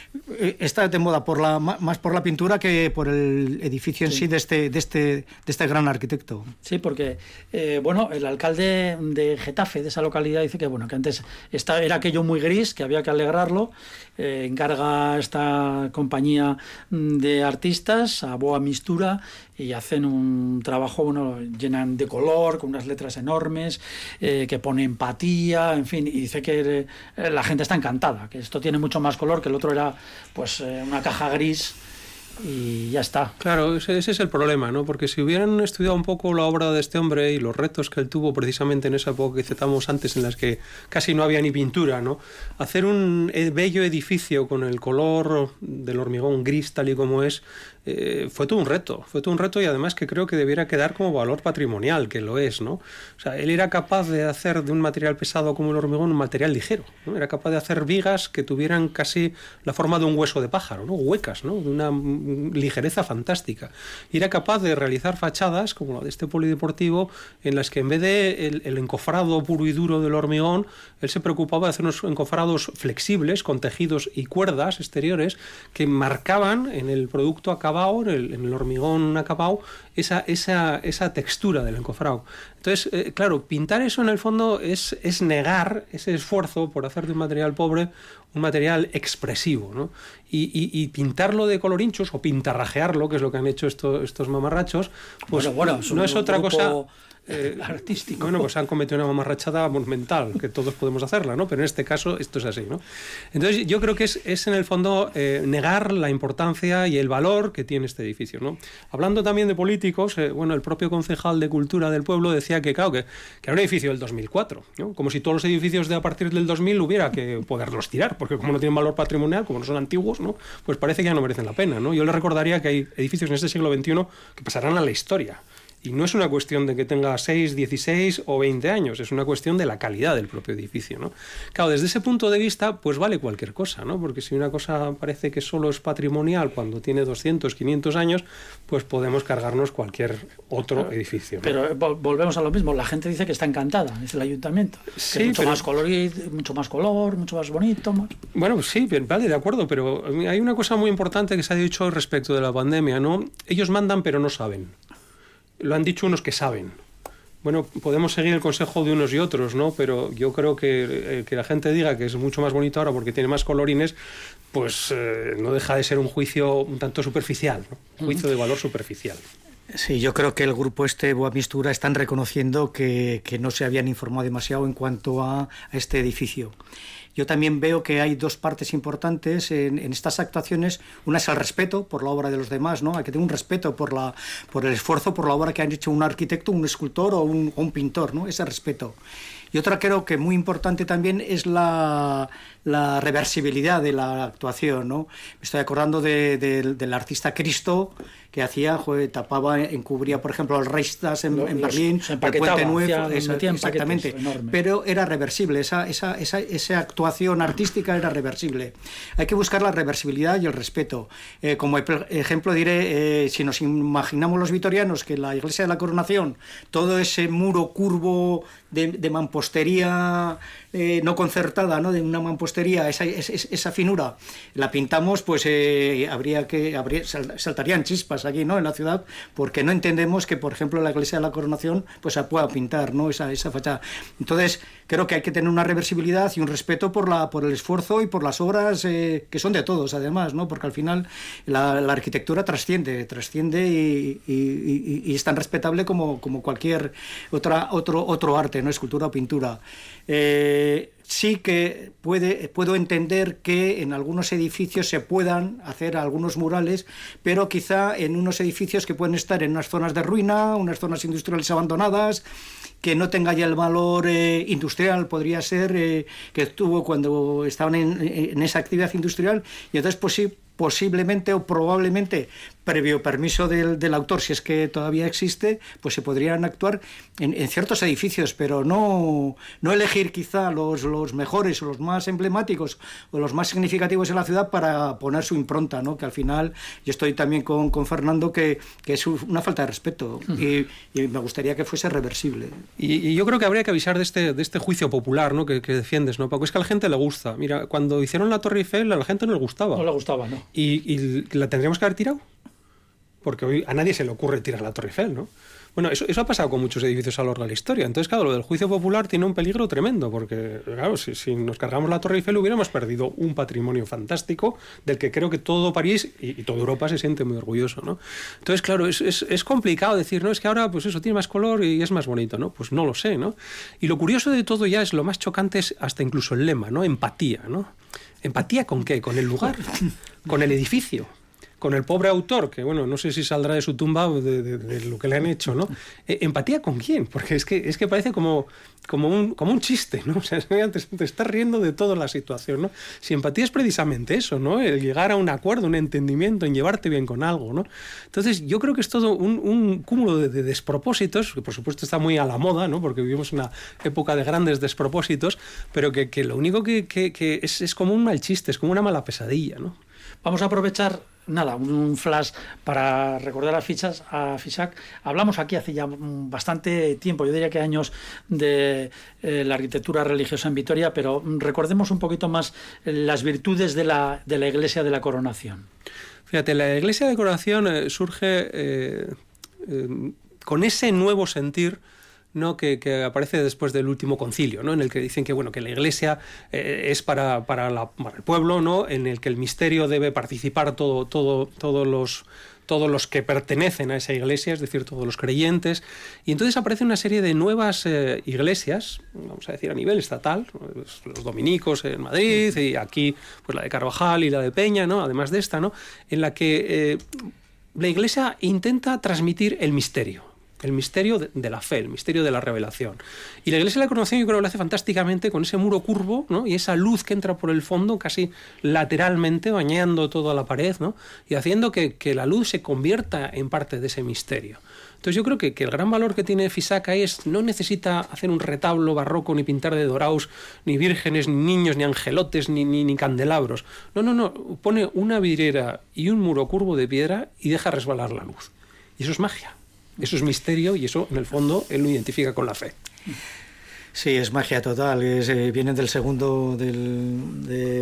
más por la pintura que por el edificio en sí de este gran arquitecto. Sí, porque el alcalde de Getafe, de esa localidad, dice que que antes era aquello muy gris, que había que alegrarlo. Encarga esta compañía de artistas a Boa Mistura y hacen un trabajo, llenan de color, con unas letras enormes, que pone empatía, en fin, y dice que la gente está encantada, que esto tiene mucho más color, que el otro era pues una caja gris y ya está. Claro, ese es el problema, ¿no? Porque si hubieran estudiado un poco la obra de este hombre y los retos que él tuvo precisamente en esa época que citamos antes, en las que casi no había ni pintura, ¿no? Hacer un bello edificio con el color del hormigón gris tal y como es, fue todo un reto y además que creo que debiera quedar como valor patrimonial, que lo es, ¿no? O sea, él era capaz de hacer de un material pesado como el hormigón un material ligero, ¿no? Era capaz de hacer vigas que tuvieran casi la forma de un hueso de pájaro, ¿no? Huecas, ¿no? De una ligereza fantástica. Y era capaz de realizar fachadas como la de este polideportivo, en las que en vez de el encofrado puro y duro del hormigón, él se preocupaba de hacer unos encofrados flexibles con tejidos y cuerdas exteriores que marcaban en el producto acabado, en el hormigón acabado, esa textura del encofrado. Entonces, claro, pintar eso en el fondo es negar ese esfuerzo por hacer de un material pobre un material expresivo, ¿no? Y pintarlo de colorinchos o pintarrajearlo, que es lo que han hecho estos mamarrachos, pues bueno, no es otra cosa... artístico. Bueno, pues han cometido una mamarrachada monumental, que todos podemos hacerla, ¿no? Pero en este caso esto es así, ¿no? Entonces yo creo que es en el fondo negar la importancia y el valor que tiene este edificio, ¿no? Hablando también de políticos, bueno, el propio concejal de Cultura del pueblo decía que, claro, que era un edificio del 2004, ¿no? Como si todos los edificios de a partir del 2000 hubiera que poderlos tirar, porque como no tienen valor patrimonial, como no son antiguos, ¿no? Pues parece que ya no merecen la pena, ¿no? Yo le recordaría que hay edificios en este siglo XXI que pasarán a la historia. Y no es una cuestión de que tenga 6, 16 o 20 años, es una cuestión de la calidad del propio edificio, ¿no? Claro, desde ese punto de vista, pues vale cualquier cosa, ¿no? Porque si una cosa parece que solo es patrimonial cuando tiene 200, 500 años, pues podemos cargarnos cualquier otro edificio, ¿no? Pero volvemos a lo mismo, la gente dice que está encantada, es el ayuntamiento, sí, que es mucho más colorido, mucho más color, mucho más bonito. Bueno, sí, vale, de acuerdo, pero hay una cosa muy importante que se ha dicho respecto de la pandemia, ¿no? Ellos mandan pero no saben. Lo han dicho unos que saben. Bueno, podemos seguir el consejo de unos y otros, ¿no? Pero yo creo que la gente diga que es mucho más bonito ahora porque tiene más colorines, pues no deja de ser un juicio un tanto superficial, ¿no? Un juicio de valor superficial. Sí, yo creo que el grupo Boa Mistura están reconociendo que no se habían informado demasiado en cuanto a este edificio. Yo también veo que hay dos partes importantes en estas actuaciones. Una es el respeto por la obra de los demás, ¿no? Hay que tener un respeto por el esfuerzo, por la obra que han hecho un arquitecto, un escultor o un pintor, ¿no? Ese respeto. Y otra creo que muy importante también es la reversibilidad de la actuación, ¿no? Me estoy acordando del artista Cristo, que tapaba, encubría, por ejemplo, el Reichstag en Berlín, el Puente Nuevo, exactamente. Pero era reversible, esa actuación artística era reversible. Hay que buscar la reversibilidad y el respeto. Como ejemplo diré, si nos imaginamos los vitorianos que la iglesia de la Coronación, todo ese muro curvo de mampostería no concertada, ¿no? De una mampostería, esa finura, la pintamos, pues saltarían chispas aquí, ¿no? En la ciudad, porque no entendemos que, por ejemplo, la iglesia de la Coronación pues se pueda pintar, ¿no? Esa fachada. Entonces, creo que hay que tener una reversibilidad y un respeto por el esfuerzo y por las obras que son de todos, además, ¿no? Porque al final la arquitectura trasciende y es tan respetable como cualquier otro arte, ¿no? Escultura o pintura. Sí que puedo entender que en algunos edificios se puedan hacer algunos murales, pero quizá en unos edificios que pueden estar en unas zonas de ruina, unas zonas industriales abandonadas, que no tenga ya el valor industrial, podría ser, que tuvo cuando estaban en esa actividad industrial, y entonces pues sí, posiblemente o probablemente, previo permiso del autor, si es que todavía existe, pues se podrían actuar en ciertos edificios, pero no elegir quizá los mejores o los más emblemáticos o los más significativos en la ciudad para poner su impronta, ¿no? Que al final, yo estoy también con Fernando, que es una falta de respeto y me gustaría que fuese reversible. Y yo creo que habría que avisar de este juicio popular, ¿no? que defiendes, ¿no? Porque es que a la gente le gusta. Mira, cuando hicieron la Torre Eiffel, a la gente no le gustaba. No le gustaba, ¿no? ¿Y la tendríamos que haber tirado? Porque hoy a nadie se le ocurre tirar la Torre Eiffel, ¿no? Bueno, eso ha pasado con muchos edificios a lo largo de la historia. Entonces, claro, lo del juicio popular tiene un peligro tremendo, porque, claro, si nos cargamos la Torre Eiffel hubiéramos perdido un patrimonio fantástico del que creo que todo París y toda Europa se siente muy orgulloso, ¿no? Entonces, claro, es complicado decir, no, es que ahora, pues eso, tiene más color y es más bonito, ¿no? Pues no lo sé, ¿no? Y lo curioso de todo ya es, lo más chocante es hasta incluso el lema, ¿no? Empatía, ¿no? ¿Empatía con qué? ¿Con el lugar? ¿Con el edificio? ¿Con el pobre autor? Que, bueno, no sé si saldrá de su tumba de lo que le han hecho, ¿no? ¿Empatía con quién? Porque es que parece como un chiste, ¿no? O sea, te estás riendo de toda la situación, ¿no? Si empatía es precisamente eso, ¿no? El llegar a un acuerdo, un entendimiento, en llevarte bien con algo, ¿no? Entonces, yo creo que es todo un cúmulo de despropósitos, que por supuesto está muy a la moda, ¿no? Porque vivimos una época de grandes despropósitos, pero que lo único que es como un mal chiste, es como una mala pesadilla, ¿no? Vamos a aprovechar, un flash para recordar a Fisac. Hablamos aquí hace ya bastante tiempo, yo diría que años, de la arquitectura religiosa en Vitoria, pero recordemos un poquito más las virtudes de la Iglesia de la Coronación. Fíjate, la Iglesia de Coronación surge con ese nuevo sentir, ¿no?, que aparece después del último concilio, ¿no?, en el que dicen que, bueno, que la Iglesia es para el pueblo, ¿no?, en el que el misterio debe participar todos los que pertenecen a esa iglesia, es decir, todos los creyentes. Y entonces aparece una serie de nuevas iglesias, vamos a decir a nivel estatal, los dominicos en Madrid, y aquí pues la de Carvajal y la de Peña, ¿no?, además de esta, ¿no?, en la que la Iglesia intenta transmitir el misterio de la fe, el misterio de la revelación. Y la Iglesia de la Coronación, yo creo que lo hace fantásticamente con ese muro curvo, ¿no?, y esa luz que entra por el fondo, casi lateralmente, bañando toda la pared, ¿no?, y haciendo que la luz se convierta en parte de ese misterio. Entonces yo creo que el gran valor que tiene Fisac ahí es, no necesita hacer un retablo barroco, ni pintar de dorados, ni vírgenes, ni niños, ni angelotes, ni candelabros. No, pone una vidriera y un muro curvo de piedra y deja resbalar la luz. Y eso es magia. Eso es misterio y eso, en el fondo, él lo identifica con la fe. Sí, es magia total. Viene del segundo del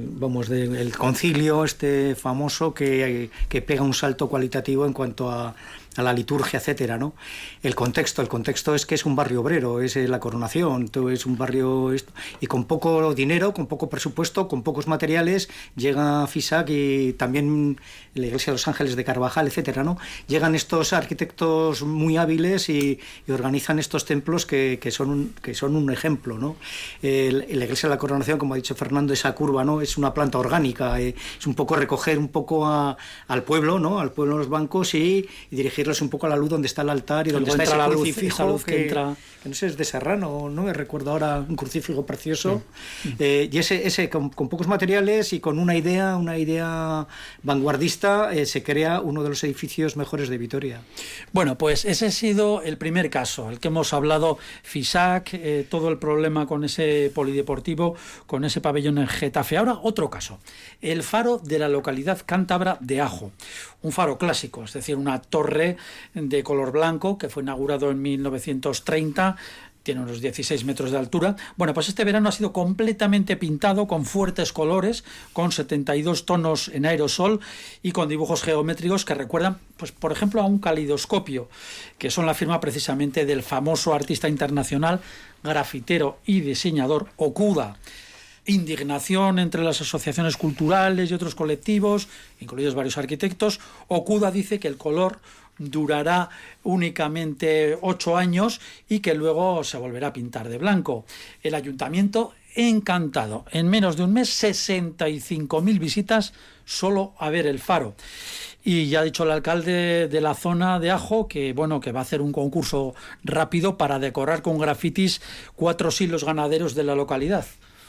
concilio este famoso que pega un salto cualitativo en cuanto a la liturgia, etcétera, ¿no? El contexto es que es un barrio obrero, es la Coronación, es un barrio y con poco dinero, con poco presupuesto, con pocos materiales, llega Fisac y también la Iglesia de los Ángeles de Carvajal, etcétera, ¿no? Llegan estos arquitectos muy hábiles y organizan estos templos que son un ejemplo, ¿no? La Iglesia de la Coronación, como ha dicho Fernando, esa curva, ¿no?, es una planta orgánica, es un poco recoger un poco al pueblo, ¿no?, al pueblo de los bancos y dirigirlos un poco a la luz donde está el altar y donde está ese crucifijo que no sé, es de Serrano, ¿no? Me recuerdo ahora un crucifijo precioso. Y ese con pocos materiales y con una idea vanguardista se crea uno de los edificios mejores de Vitoria. Bueno, pues ese ha sido el primer caso, el que hemos hablado, Fisac, todo el problema con ese polideportivo, con ese pabellón en Getafe. Ahora otro caso, el faro de la localidad cántabra de Ajo, un faro clásico, es decir, una torre de color blanco que fue inaugurado en 1930, tiene unos 16 metros de altura. Bueno, pues este verano ha sido completamente pintado con fuertes colores, con 72 tonos en aerosol y con dibujos geométricos que recuerdan, pues por ejemplo, a un calidoscopio, que son la firma precisamente del famoso artista internacional, grafitero y diseñador Okuda. Indignación entre las asociaciones culturales y otros colectivos, incluidos varios arquitectos. Okuda dice que el color durará únicamente 8 años y que luego se volverá a pintar de blanco. El ayuntamiento encantado. En menos de un mes, 65.000 visitas solo a ver el faro. Y ya ha dicho el alcalde de la zona de Ajo que va a hacer un concurso rápido para decorar con grafitis 4 silos ganaderos de la localidad.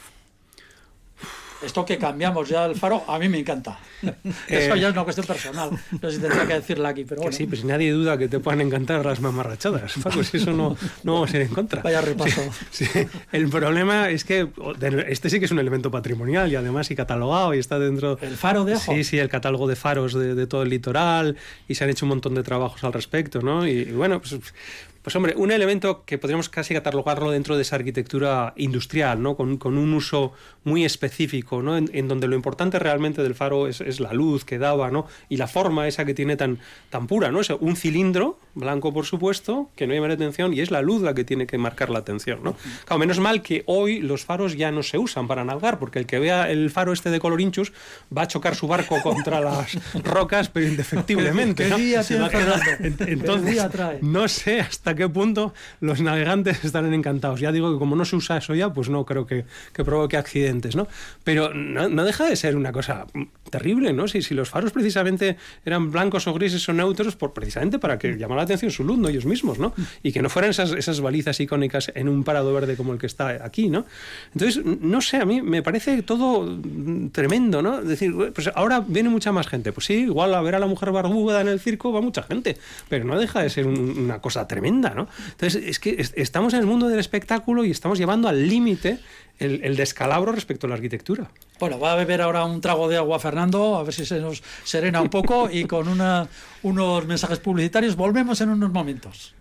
Esto que cambiamos ya el faro, a mí me encanta. Eso ya es una cuestión personal. No sé si tendría que decirla aquí, pero bueno. Sí, pues nadie duda que te puedan encantar las mamarrachadas. Pues eso no vamos a ir en contra. Vaya repaso. Sí. El problema es que este sí que es un elemento patrimonial y además y catalogado y está dentro... ¿El faro de Ajo? Sí, el catálogo de faros de todo el litoral y se han hecho un montón de trabajos al respecto, ¿no? Y bueno, pues hombre, un elemento que podríamos casi catalogarlo dentro de esa arquitectura industrial, ¿no? Con un uso muy específico, ¿no? En donde lo importante realmente del faro es la luz que daba, ¿no? Y la forma esa que tiene tan pura, ¿no? Es un cilindro blanco, por supuesto, que no llama la atención y es la luz la que tiene que marcar la atención, ¿no? Claro, menos mal que hoy los faros ya no se usan para navegar, porque el que vea el faro este de color hinchus va a chocar su barco contra las rocas, pero indefectiblemente, ¿no? Se va quedando. Entonces, no sé hasta qué punto los navegantes estarán encantados. Ya digo que como no se usa eso ya, pues no creo que provoque accidentes, ¿no? Pero no deja de ser una cosa terrible, ¿no? Si los faros precisamente eran blancos o grises o neutros, precisamente para que llamara la atención su luz, no ellos mismos, ¿no? Y que no fueran esas balizas icónicas en un parado verde como el que está aquí, ¿no? Entonces, no sé, a mí me parece todo tremendo, ¿no? Es decir, pues ahora viene mucha más gente. Pues sí, igual a ver a la mujer barbuda en el circo va mucha gente, pero no deja de ser una cosa tremenda, ¿no? Entonces, es que estamos en el mundo del espectáculo y estamos llevando al límite el descalabro respecto a la arquitectura. Bueno, va a beber ahora un trago de agua Fernando, a ver si se nos serena un poco y con unos mensajes publicitarios volvemos en unos momentos.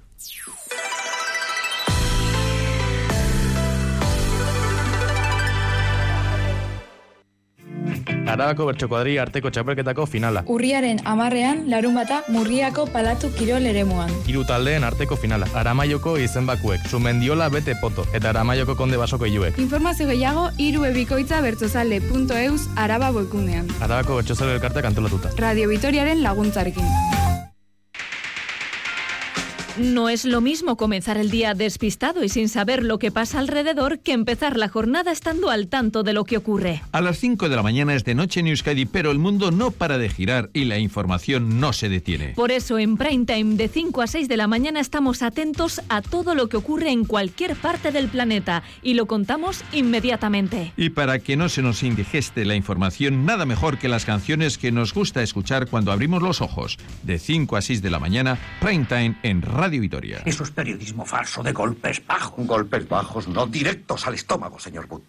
Arabako Bertsokuadri arteko txapelketako finala. Urriaren 10ean, larunbata Murriako Palatu Kirol eremuan. 3 taldeen arteko finala. Aramaioko izenbakuek, Sumendiola bete poto, eta Aramaioko konde basoko iluek. Informazio gehiago, irubebikoitza.bertzozale.eus Araba webgunean. Arabako Bertsozale elkarteak antolatuta. Radio Vitoriaren laguntzarekin. No es lo mismo comenzar el día despistado y sin saber lo que pasa alrededor que empezar la jornada estando al tanto de lo que ocurre. A las 5 de la mañana es de noche en Euskadi, pero el mundo no para de girar y la información no se detiene. Por eso en Prime Time de 5 a 6 de la mañana estamos atentos a todo lo que ocurre en cualquier parte del planeta y lo contamos inmediatamente. Y para que no se nos indigeste la información, nada mejor que las canciones que nos gusta escuchar cuando abrimos los ojos. De 5 a 6 de la mañana, Prime Time en Radio Vitoria. Eso es periodismo falso de golpes bajos. Golpes bajos, no directos al estómago, señor Wood.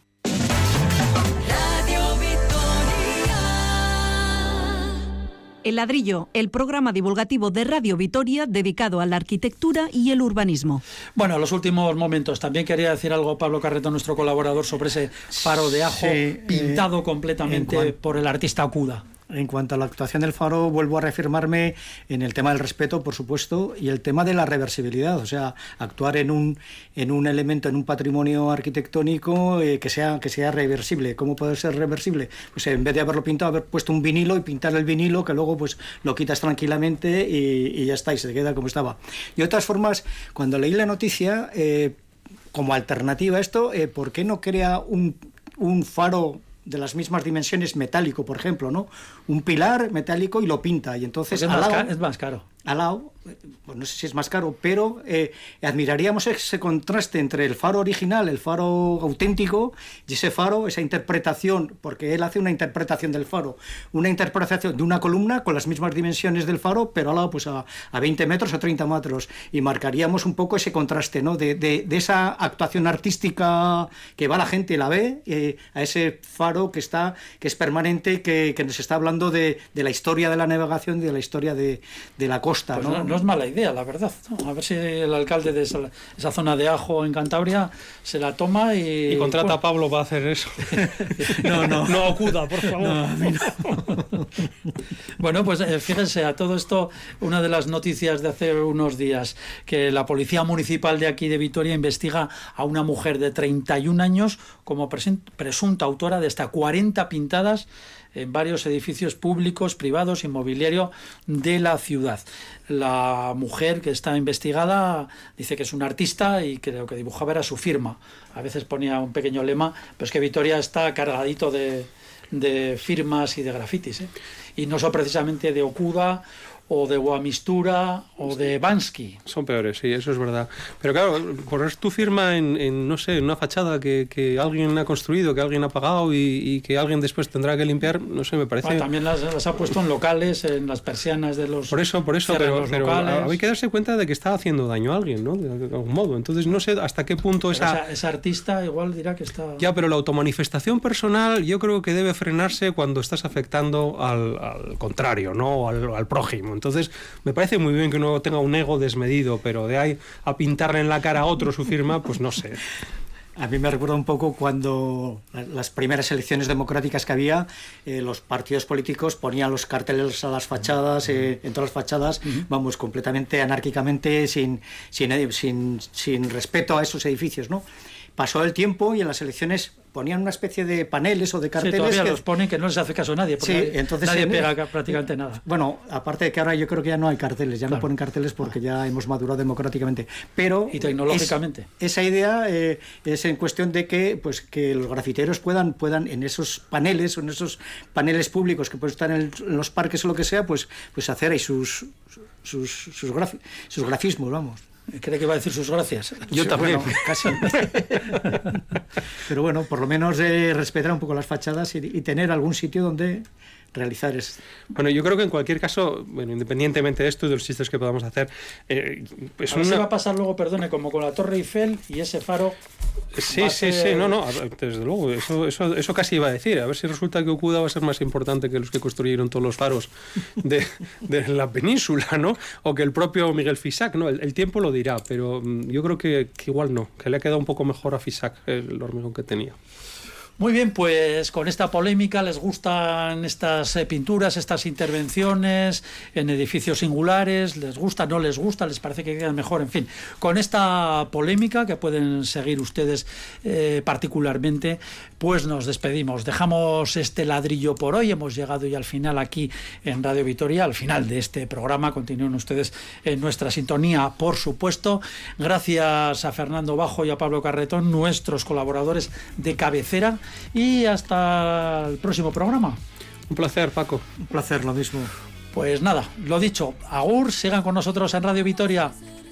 El Ladrillo, el programa divulgativo de Radio Vitoria dedicado a la arquitectura y el urbanismo. Bueno, en los últimos momentos también quería decir algo Pablo Carreto, nuestro colaborador, sobre ese faro de ajo pintado completamente por el artista Okuda. En cuanto a la actuación del faro, vuelvo a reafirmarme en el tema del respeto, por supuesto, y el tema de la reversibilidad, o sea, actuar en un elemento, en un patrimonio arquitectónico que sea reversible. ¿Cómo puede ser reversible? Pues en vez de haberlo pintado, haber puesto un vinilo y pintar el vinilo, que luego pues lo quitas tranquilamente y ya está, y se queda como estaba. Y de otras formas, cuando leí la noticia, como alternativa a esto, ¿por qué no crea un faro de las mismas dimensiones metálico, por ejemplo, ¿no? Un pilar metálico y lo pinta, y entonces es más caro. Al lado, pues no sé si es más caro, pero admiraríamos ese contraste entre el faro original, el faro auténtico, y ese faro, esa interpretación, porque él hace una interpretación del faro, una interpretación de una columna con las mismas dimensiones del faro, pero al lado pues a 20 metros o 30 metros, y marcaríamos un poco ese contraste, ¿no? De esa actuación artística que va la gente y la ve, a ese faro que es permanente, que nos está hablando de la historia de la navegación y de la historia de la costa. Pues no es mala idea, la verdad, ¿no? A ver si el alcalde de esa zona de Ajo en Cantabria se la toma y contrata a Pablo para hacer eso. No Okuda, por favor. No. Bueno, pues fíjense, a todo esto, una de las noticias de hace unos días, que la Policía Municipal de aquí de Vitoria investiga a una mujer de 31 años como presunta autora de hasta 40 pintadas en varios edificios públicos, privados, inmobiliario de la ciudad. La mujer que está investigada dice que es una artista y que lo que dibujaba era su firma. A veces ponía un pequeño lema, pero es que Vitoria está cargadito de firmas y de grafitis, ¿eh? Y no son precisamente de Okuda o de Boamistura o de Bansky. Son peores, sí, eso es verdad. Pero claro, poner tu firma en no sé, en una fachada que alguien ha construido, que alguien ha pagado y que alguien después tendrá que limpiar, no sé, me parece... Bueno, también las ha puesto en locales, en las persianas de los... Por eso, pero hay que darse cuenta de que está haciendo daño a alguien, ¿no? De algún modo. Entonces no sé hasta qué punto esa artista igual dirá que está... Ya, pero la automanifestación personal yo creo que debe frenarse cuando estás afectando al contrario, ¿no? Al prójimo. Entonces, me parece muy bien que uno tenga un ego desmedido, pero de ahí a pintarle en la cara a otro su firma, pues no sé. A mí me recuerda un poco cuando las primeras elecciones democráticas que había, los partidos políticos ponían los carteles a las fachadas, en todas las fachadas, vamos, completamente anárquicamente, sin respeto a esos edificios, ¿no? Pasó el tiempo y en las elecciones ponían una especie de paneles o de carteles. Sí, todavía los ponen, que no les hace caso a nadie, porque entonces nadie pega prácticamente nada. Bueno, aparte de que ahora yo creo que ya no hay carteles, ya no ponen carteles porque ya hemos madurado democráticamente. Pero y tecnológicamente. Esa idea es en cuestión de que los grafiteros puedan en esos paneles o en esos paneles públicos que pueden estar en los parques o lo que sea, pues hacer ahí sus grafismos, vamos. Cree que va a decir sus gracias. Yo también. Bueno, casi. Pero bueno, por lo menos respetar un poco las fachadas y tener algún sitio donde realizar eso. Bueno, yo creo que en cualquier caso, bueno, independientemente de esto y de los chistes que podamos hacer, se va a pasar luego, perdone, como con la Torre Eiffel y ese faro. Sí, no, desde luego, eso casi iba a decir. A ver si resulta que Okuda va a ser más importante que los que construyeron todos los faros de la península, ¿no? O que el propio Miguel Fisac, ¿no? El tiempo lo dirá, pero yo creo que igual no, que le ha quedado un poco mejor a Fisac el hormigón que tenía. Muy bien, pues con esta polémica, ¿les gustan estas pinturas, estas intervenciones en edificios singulares? ¿Les gusta, no les gusta? ¿Les parece que quedan mejor? En fin, con esta polémica que pueden seguir ustedes particularmente, pues nos despedimos. Dejamos este ladrillo por hoy. Hemos llegado ya al final aquí en Radio Vitoria, al final de este programa. Continúen ustedes en nuestra sintonía, por supuesto. Gracias a Fernando Bajo y a Pablo Carretón, nuestros colaboradores de cabecera. Y hasta el próximo programa. Un placer, Paco. Un placer, lo mismo. Pues nada, lo dicho, agur, sigan con nosotros en Radio Vitoria.